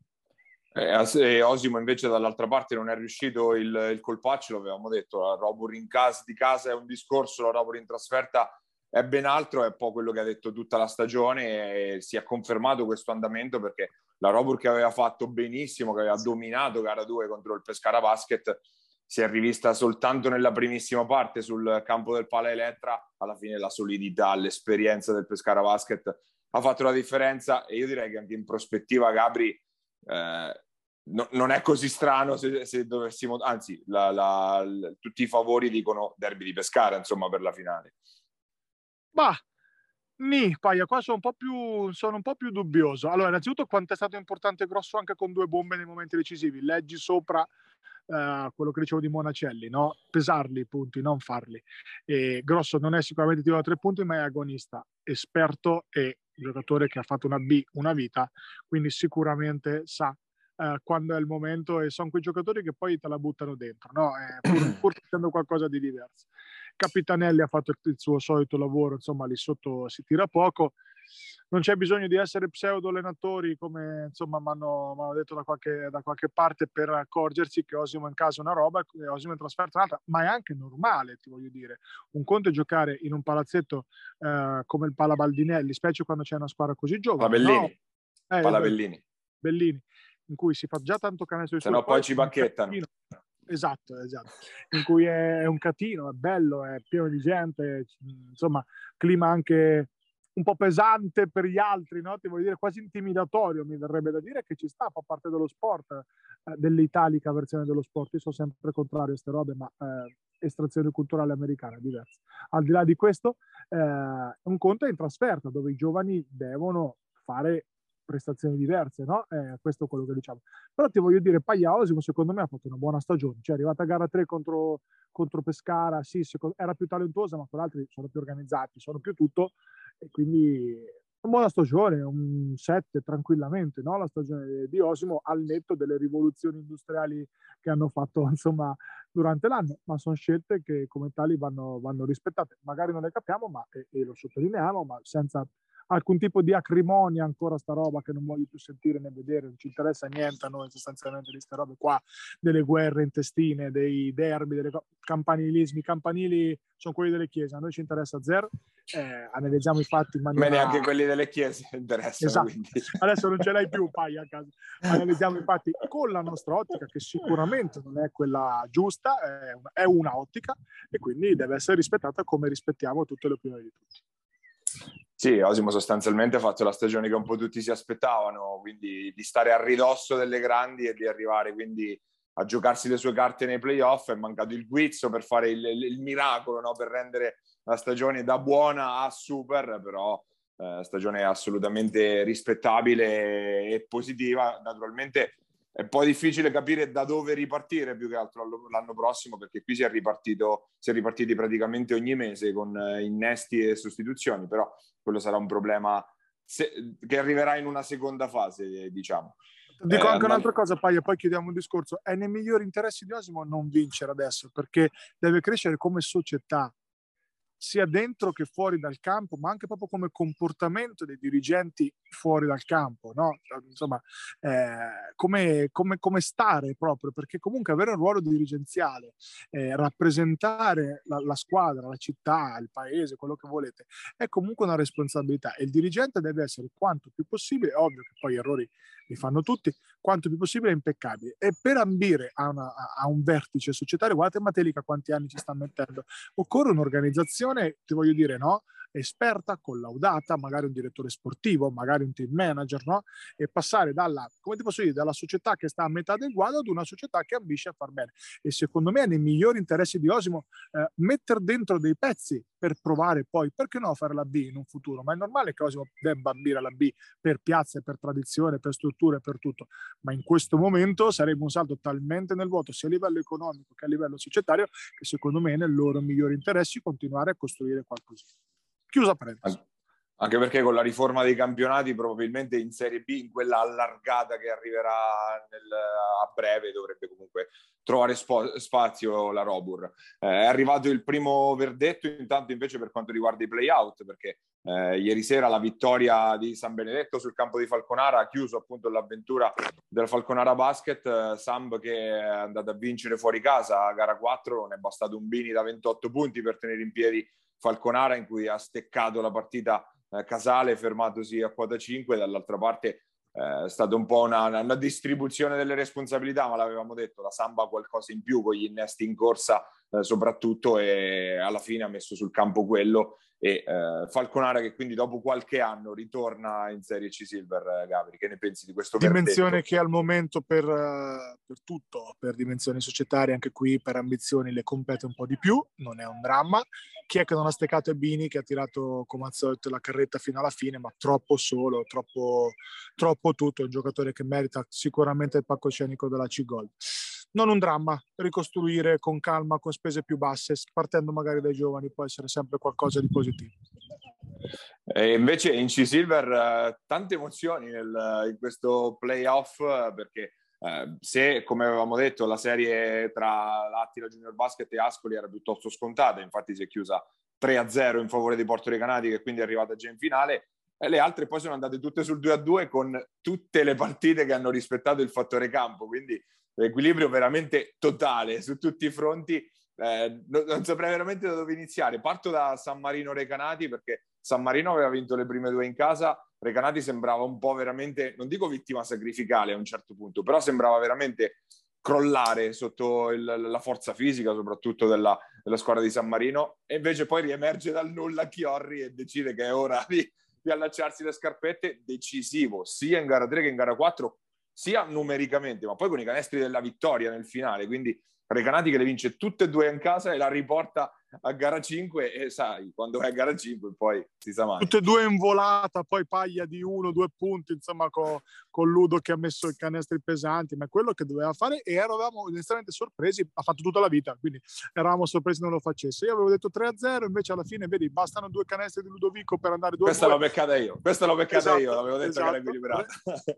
Eh, Osimo invece dall'altra parte non è riuscito il, il colpaccio, lo avevamo detto, la Robur in casa, di casa è un discorso, la Robur in trasferta è ben altro, è un po' quello che ha detto tutta la stagione e si è confermato questo andamento perché la Robur che aveva fatto benissimo, che aveva dominato gara due contro il Pescara Basket, si è rivista soltanto nella primissima parte sul campo del Pala Elettra. Alla fine la solidità, l'esperienza del Pescara Basket ha fatto la differenza e io direi che anche in prospettiva Gabri eh, no, non è così strano se, se dovessimo, anzi la, la, la, tutti i favori dicono derby di Pescara insomma per la finale. Ma Nì, Paia, qua sono un po' più, sono un po' più dubbioso. Allora, innanzitutto quanto è stato importante e grosso anche con due bombe nei momenti decisivi. Leggi sopra eh, quello che dicevo di Monacelli, no? Pesarli i punti, non farli. E Grosso non è sicuramente tiro da tre punti, ma è agonista, esperto e giocatore che ha fatto una B, una vita, quindi sicuramente sa eh, quando è il momento e sono quei giocatori che poi te la buttano dentro, no? Eh, pur, pur facendo qualcosa di diverso. Capitanelli ha fatto il suo solito lavoro, insomma lì sotto si tira poco, non c'è bisogno di essere pseudo allenatori come insomma mi hanno detto da qualche, da qualche parte per accorgersi che Osimo in casa è una roba e Osimo in trasferta un'altra, ma è anche normale, ti voglio dire, un conto è giocare in un palazzetto eh, come il Pala Baldinelli, specie quando c'è una squadra così giovane, Palabellini, no? eh, Palabellini. Bellini, in cui si fa già tanto canestro di se no poi ci bacchettano. Esatto, esatto, in cui è un catino, è bello, è pieno di gente, insomma, clima anche un po' pesante per gli altri, no? Ti voglio dire, quasi intimidatorio, mi verrebbe da dire, che ci sta, fa parte dello sport, eh, dell'italica versione dello sport. Io sono sempre contrario a queste robe, ma eh, estrazione culturale americana è diversa. Al di là di questo, eh, un conto è in trasferta, dove i giovani devono fare prestazioni diverse, no? Eh, questo è quello che diciamo. Però ti voglio dire, Paia Osimo secondo me ha fatto una buona stagione, cioè è arrivata a gara tre contro, contro Pescara, sì, secondo, era più talentuosa, ma con altri sono più organizzati, sono più tutto, e quindi una buona stagione, un sette tranquillamente, no? La stagione di Osimo al netto delle rivoluzioni industriali che hanno fatto, insomma, durante l'anno, ma sono scelte che come tali vanno, vanno rispettate. Magari non le capiamo, ma, e, e lo sottolineiamo, ma senza alcun tipo di acrimonia ancora sta roba che non voglio più sentire né vedere, non ci interessa niente a noi sostanzialmente di queste robe qua, delle guerre intestine, dei derby, dei campanilismi. I campanili sono quelli delle chiese, a noi ci interessa zero, eh, analizziamo i fatti in maniera... Ma neanche quelli delle chiese interessano. Esatto. Quindi. Adesso non ce l'hai più, Paia, a casa. Analizziamo i fatti con la nostra ottica, che sicuramente non è quella giusta, è una, è una ottica, e quindi deve essere rispettata come rispettiamo tutte le opinioni di tutti. Sì, Osimo sostanzialmente ha fatto la stagione che un po' tutti si aspettavano, quindi di stare a ridosso delle grandi e di arrivare quindi a giocarsi le sue carte nei playoff. È mancato il guizzo per fare il, il, il miracolo, no? Per rendere la stagione da buona a super, però eh, stagione assolutamente rispettabile e positiva. Naturalmente è poi difficile capire da dove ripartire più che altro l'anno prossimo, perché qui si è ripartito, si è ripartiti praticamente ogni mese con innesti e sostituzioni, però quello sarà un problema se, che arriverà in una seconda fase, diciamo. Dico eh, anche ma... un'altra cosa, Paia, poi chiudiamo il discorso. È nei migliori interessi di Osimo non vincere adesso, perché deve crescere come società, sia dentro che fuori dal campo, ma anche proprio come comportamento dei dirigenti fuori dal campo, no? Insomma, eh, come, come, come stare proprio, perché comunque avere un ruolo dirigenziale, eh, rappresentare la, la squadra, la città, il paese, quello che volete, è comunque una responsabilità e il dirigente deve essere quanto più possibile, è ovvio che poi errori li fanno tutti, quanto più possibile impeccabile. E per ambire a, una, a un vertice societario, guardate Matelica quanti anni ci sta mettendo, occorre un'organizzazione, ti voglio dire, no? Esperta, collaudata, magari un direttore sportivo, magari un team manager, no? E passare dalla, come ti posso dire, dalla società che sta a metà del guado ad una società che ambisce a far bene. E secondo me è nei migliori interessi di Osimo eh, mettere dentro dei pezzi per provare poi, perché no, fare la B in un futuro, ma è normale che Osimo debba ambire la B per piazze, per tradizione, per strutture, per tutto, ma in questo momento sarebbe un salto talmente nel vuoto sia a livello economico che a livello societario che secondo me è nei loro migliori interessi continuare a costruire qualcosina. Chiusa parentesi. Anche perché con la riforma dei campionati probabilmente in Serie B, in quella allargata che arriverà nel, a breve, dovrebbe comunque trovare spo- spazio la Robur. Eh, è arrivato il primo verdetto intanto invece per quanto riguarda i play-out, perché eh, ieri sera la vittoria di San Benedetto sul campo di Falconara ha chiuso appunto l'avventura del Falconara Basket. eh, Samb che è andato a vincere fuori casa a gara quattro, non è bastato un Bini da ventotto punti per tenere in piedi Falconara, in cui ha steccato la partita eh, Casale, fermatosi a quota cinque. Dall'altra parte eh, è stata un po' una, una distribuzione delle responsabilità, ma l'avevamo detto, la Samba ha qualcosa in più con gli innesti in corsa eh, soprattutto, e alla fine ha messo sul campo quello. E eh, Falconara che quindi dopo qualche anno ritorna in Serie C Silver. eh, Gabri, che ne pensi di questo dimensione verdetto? che al momento per, per tutto, per dimensioni societarie, anche qui per ambizioni le compete un po' di più, non è un dramma. Chi è che non ha steccato è Bini, che ha tirato come al solito la carretta fino alla fine, ma troppo solo, troppo, troppo tutto, è un giocatore che merita sicuramente il palcoscenico della C-Gold. Non un dramma, ricostruire con calma, con spese più basse, partendo magari dai giovani, può essere sempre qualcosa di positivo. E invece in C-Silver eh, tante emozioni nel, in questo playoff, eh, perché eh, se, come avevamo detto, la serie tra l'Attila Junior Basket e Ascoli era piuttosto scontata, infatti si è chiusa tre a zero in favore dei Porto Recanati, che quindi è arrivata già in finale, e le altre poi sono andate tutte sul due a due con tutte le partite che hanno rispettato il fattore campo, quindi l'equilibrio veramente totale su tutti i fronti. Eh, non, non saprei veramente da dove iniziare. Parto da San Marino Recanati, perché San Marino aveva vinto le prime due in casa, Recanati sembrava un po' veramente, non dico vittima sacrificale a un certo punto, però sembrava veramente crollare sotto il, la forza fisica soprattutto della, della squadra di San Marino, e invece poi riemerge dal nulla Chiorri e decide che è ora di, di allacciarsi le scarpette. Decisivo sia in gara tre che in gara quattro, sia numericamente, ma poi con i canestri della vittoria nel finale, quindi Recanati che le vince tutte e due in casa e la riporta a gara cinque, e sai, quando è a gara cinque poi si sa mai. Tutte e due in volata, poi paglia di uno, due punti, insomma, con, con Ludo che ha messo i canestri pesanti, ma è quello che doveva fare, e eravamo inizialmente sorpresi, ha fatto tutta la vita, quindi eravamo sorpresi non lo facesse. Io avevo detto tre a zero, invece alla fine, vedi, bastano due canestri di Ludovico per andare due a due. Questa l'ho beccata io, questa l'ho beccata esatto, io, l'avevo detto, esatto, che era equilibrata.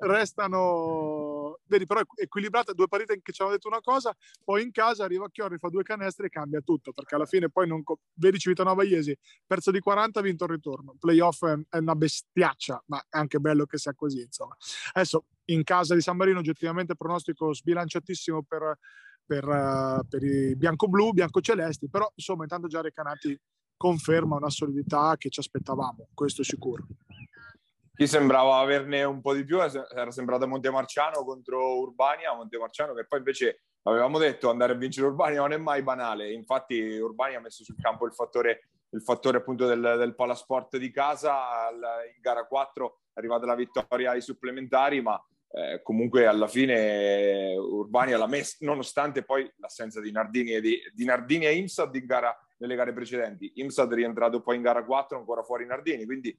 Restano, vedi, però equilibrata, due partite che ci hanno detto una cosa, poi in casa arriva Chiorri, fa due canestri e cambia tutto, perché alla fine poi non... Vedi Civitanova Iesi, perso di quaranta, ha vinto il ritorno. Playoff è, è una bestiaccia, ma è anche bello che sia così, insomma. Adesso in casa di San Marino oggettivamente pronostico sbilanciatissimo per, per, uh, per i bianco-blu, bianco-celesti, però insomma intanto già Recanati conferma una solidità che ci aspettavamo, questo è sicuro. Chi sembrava averne un po' di più era sembrata Montemarciano contro Urbania, Montemarciano che poi invece avevamo detto andare a vincere Urbania non è mai banale, infatti Urbania ha messo sul campo il fattore, il fattore appunto del, del Palasport di casa. In gara quattro è arrivata la vittoria ai supplementari, ma eh, comunque alla fine Urbania l'ha messa, nonostante poi l'assenza di Nardini e, di, di Nardini e Imsad in gara, nelle gare precedenti. Imsad è rientrato poi in gara quattro ancora fuori Nardini, quindi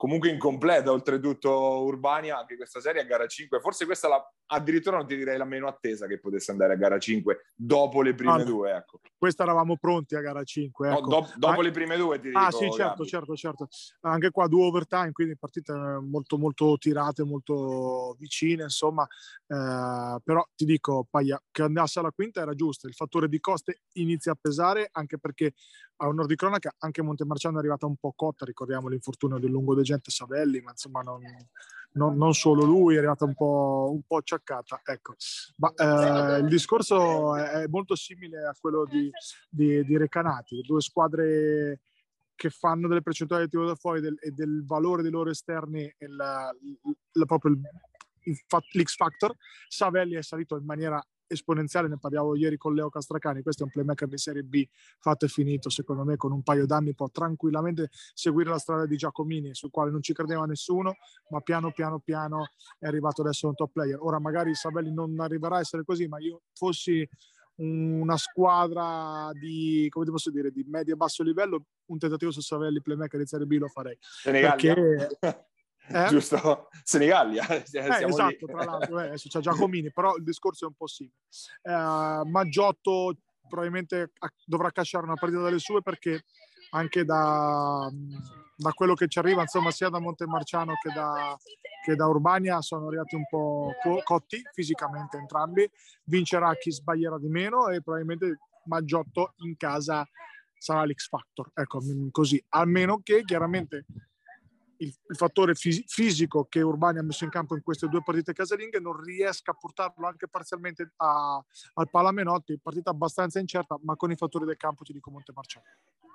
comunque incompleta, oltretutto Urbania, anche questa serie a gara cinque, forse questa la, addirittura non ti direi la meno attesa che potesse andare a gara cinque dopo le prime ah, due, ecco. Questa eravamo pronti a gara cinque, ecco. No, do, dopo ah, le prime due ti dico. Ah sì, certo, certo, certo. Anche qua due overtime, quindi partite molto molto tirate, molto vicine, insomma, eh, però ti dico, Paia, che andasse alla quinta era giusto, il fattore di coste inizia a pesare, anche perché a onor di cronaca anche Montemarciano è arrivata un po' cotta, ricordiamo l'infortunio del lungodegente Savelli, ma insomma non, non, non solo lui, è arrivata un po', un po' acciaccata, ecco. Ma eh, il discorso è molto simile a quello di, di, di Recanati, due squadre che fanno delle percentuali di tiro da fuori del, e del valore dei loro esterni e la, la, proprio il, il, l'X Factor. Savelli è salito in maniera esponenziale, ne parlavo ieri con Leo Castracani, questo è un playmaker di Serie B fatto e finito, secondo me con un paio d'anni può tranquillamente seguire la strada di Giacomini, sul quale non ci credeva nessuno, ma piano piano piano è arrivato adesso un top player. Ora magari Savelli non arriverà a essere così, ma io fossi una squadra di, come ti posso dire, di medio e basso livello, un tentativo su Savelli playmaker di Serie B lo farei. Senegalia. Perché Eh? Giusto, Senigallia. Eh, esatto, lì. Tra l'altro, eh, adesso c'è Giacomini, però il discorso è un po' simile. Eh, Maggiotto probabilmente dovrà casciare una partita dalle sue, perché anche da, da quello che ci arriva, insomma, sia da Montemarciano che da, che da Urbania sono arrivati un po' cotti fisicamente entrambi. Vincerà chi sbaglierà di meno e probabilmente Maggiotto in casa sarà l'X Factor, ecco, così, almeno che chiaramente il, il fattore fisi- fisico che Urbania ha messo in campo in queste due partite casalinghe non riesca a portarlo anche parzialmente a, al Palamenotti, partita abbastanza incerta, ma con i fattori del campo ti dico Montemarciano.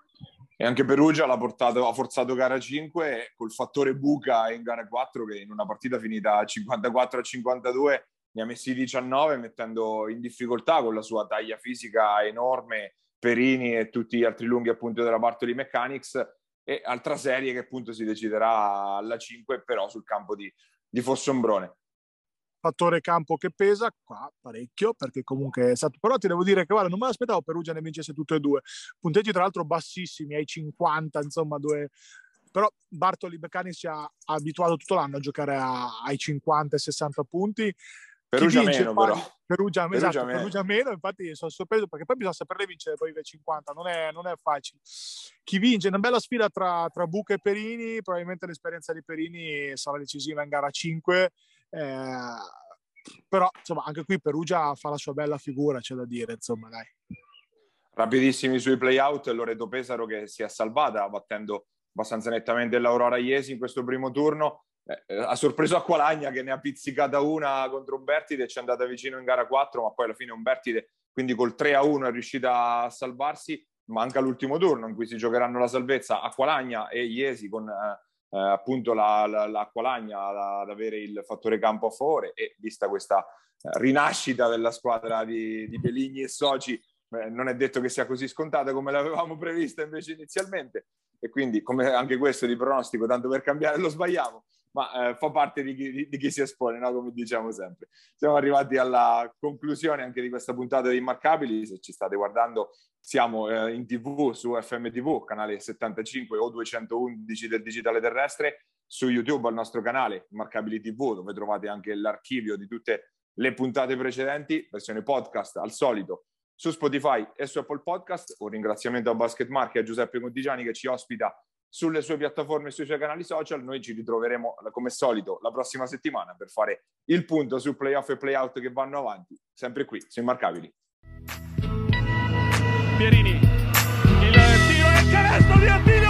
E anche Perugia l'ha portato, ha forzato gara cinque col fattore buca in gara quattro, che in una partita finita cinquantaquattro a cinquantadue ne ha messi diciannove, mettendo in difficoltà con la sua taglia fisica enorme Perini e tutti gli altri lunghi appunto della Bartoli Mechanics. E altra serie che appunto si deciderà alla cinque, però sul campo di, di Fossombrone. Fattore campo che pesa qua parecchio, perché comunque è stato, però ti devo dire che guarda, non me l'aspettavo Perugia ne vincesse tutte e due, punteggi tra l'altro bassissimi, ai cinquanta, insomma, due, però Bartoli Mechanics ci ha abituato tutto l'anno a giocare a, ai cinquanta e sessanta punti. Perugia meno, poi, però. Perugia, Perugia, esatto, meno. Perugia meno, infatti sono sorpreso perché poi bisogna saperle vincere poi i cinquanta, non è, non è facile. Chi vince? Una bella sfida tra, tra Buca e Perini, probabilmente l'esperienza di Perini sarà decisiva in gara cinque, eh, però insomma anche qui Perugia fa la sua bella figura, c'è da dire, insomma, dai. Rapidissimi sui play-out, Loreto Pesaro che si è salvata battendo abbastanza nettamente l'Aurora Iesi in questo primo turno. Eh, ha sorpreso Acqualagna che ne ha pizzicata una contro Umbertide e ci è andata vicino in gara quattro, ma poi alla fine Umbertide quindi col tre a uno è riuscita a salvarsi. Manca l'ultimo turno in cui si giocheranno la salvezza Acqualagna e Iesi, con eh, appunto la, la, l'Acqualagna ad avere il fattore campo a favore, e vista questa eh, rinascita della squadra di, di Peligni e soci, eh, non è detto che sia così scontata come l'avevamo prevista invece inizialmente, e quindi come anche questo di pronostico, tanto per cambiare lo sbagliamo, ma eh, fa parte di chi, di, di chi si espone, no? Come diciamo sempre. Siamo arrivati alla conclusione anche di questa puntata di Immarcabili. Se ci state guardando, siamo eh, in tivù su F M tivù, canale settantacinque o duecentoundici del digitale terrestre, su YouTube al nostro canale Immarcabili tivù, dove trovate anche l'archivio di tutte le puntate precedenti, versione podcast al solito, su Spotify e su Apple Podcast. Un ringraziamento a Basketmark e a Giuseppe Contigiani che ci ospita sulle sue piattaforme e sui suoi canali social. Noi ci ritroveremo come solito la prossima settimana per fare il punto su playoff e playout che vanno avanti, sempre qui su Immarcabili. Pierini, il tiro e il canestro di Attila!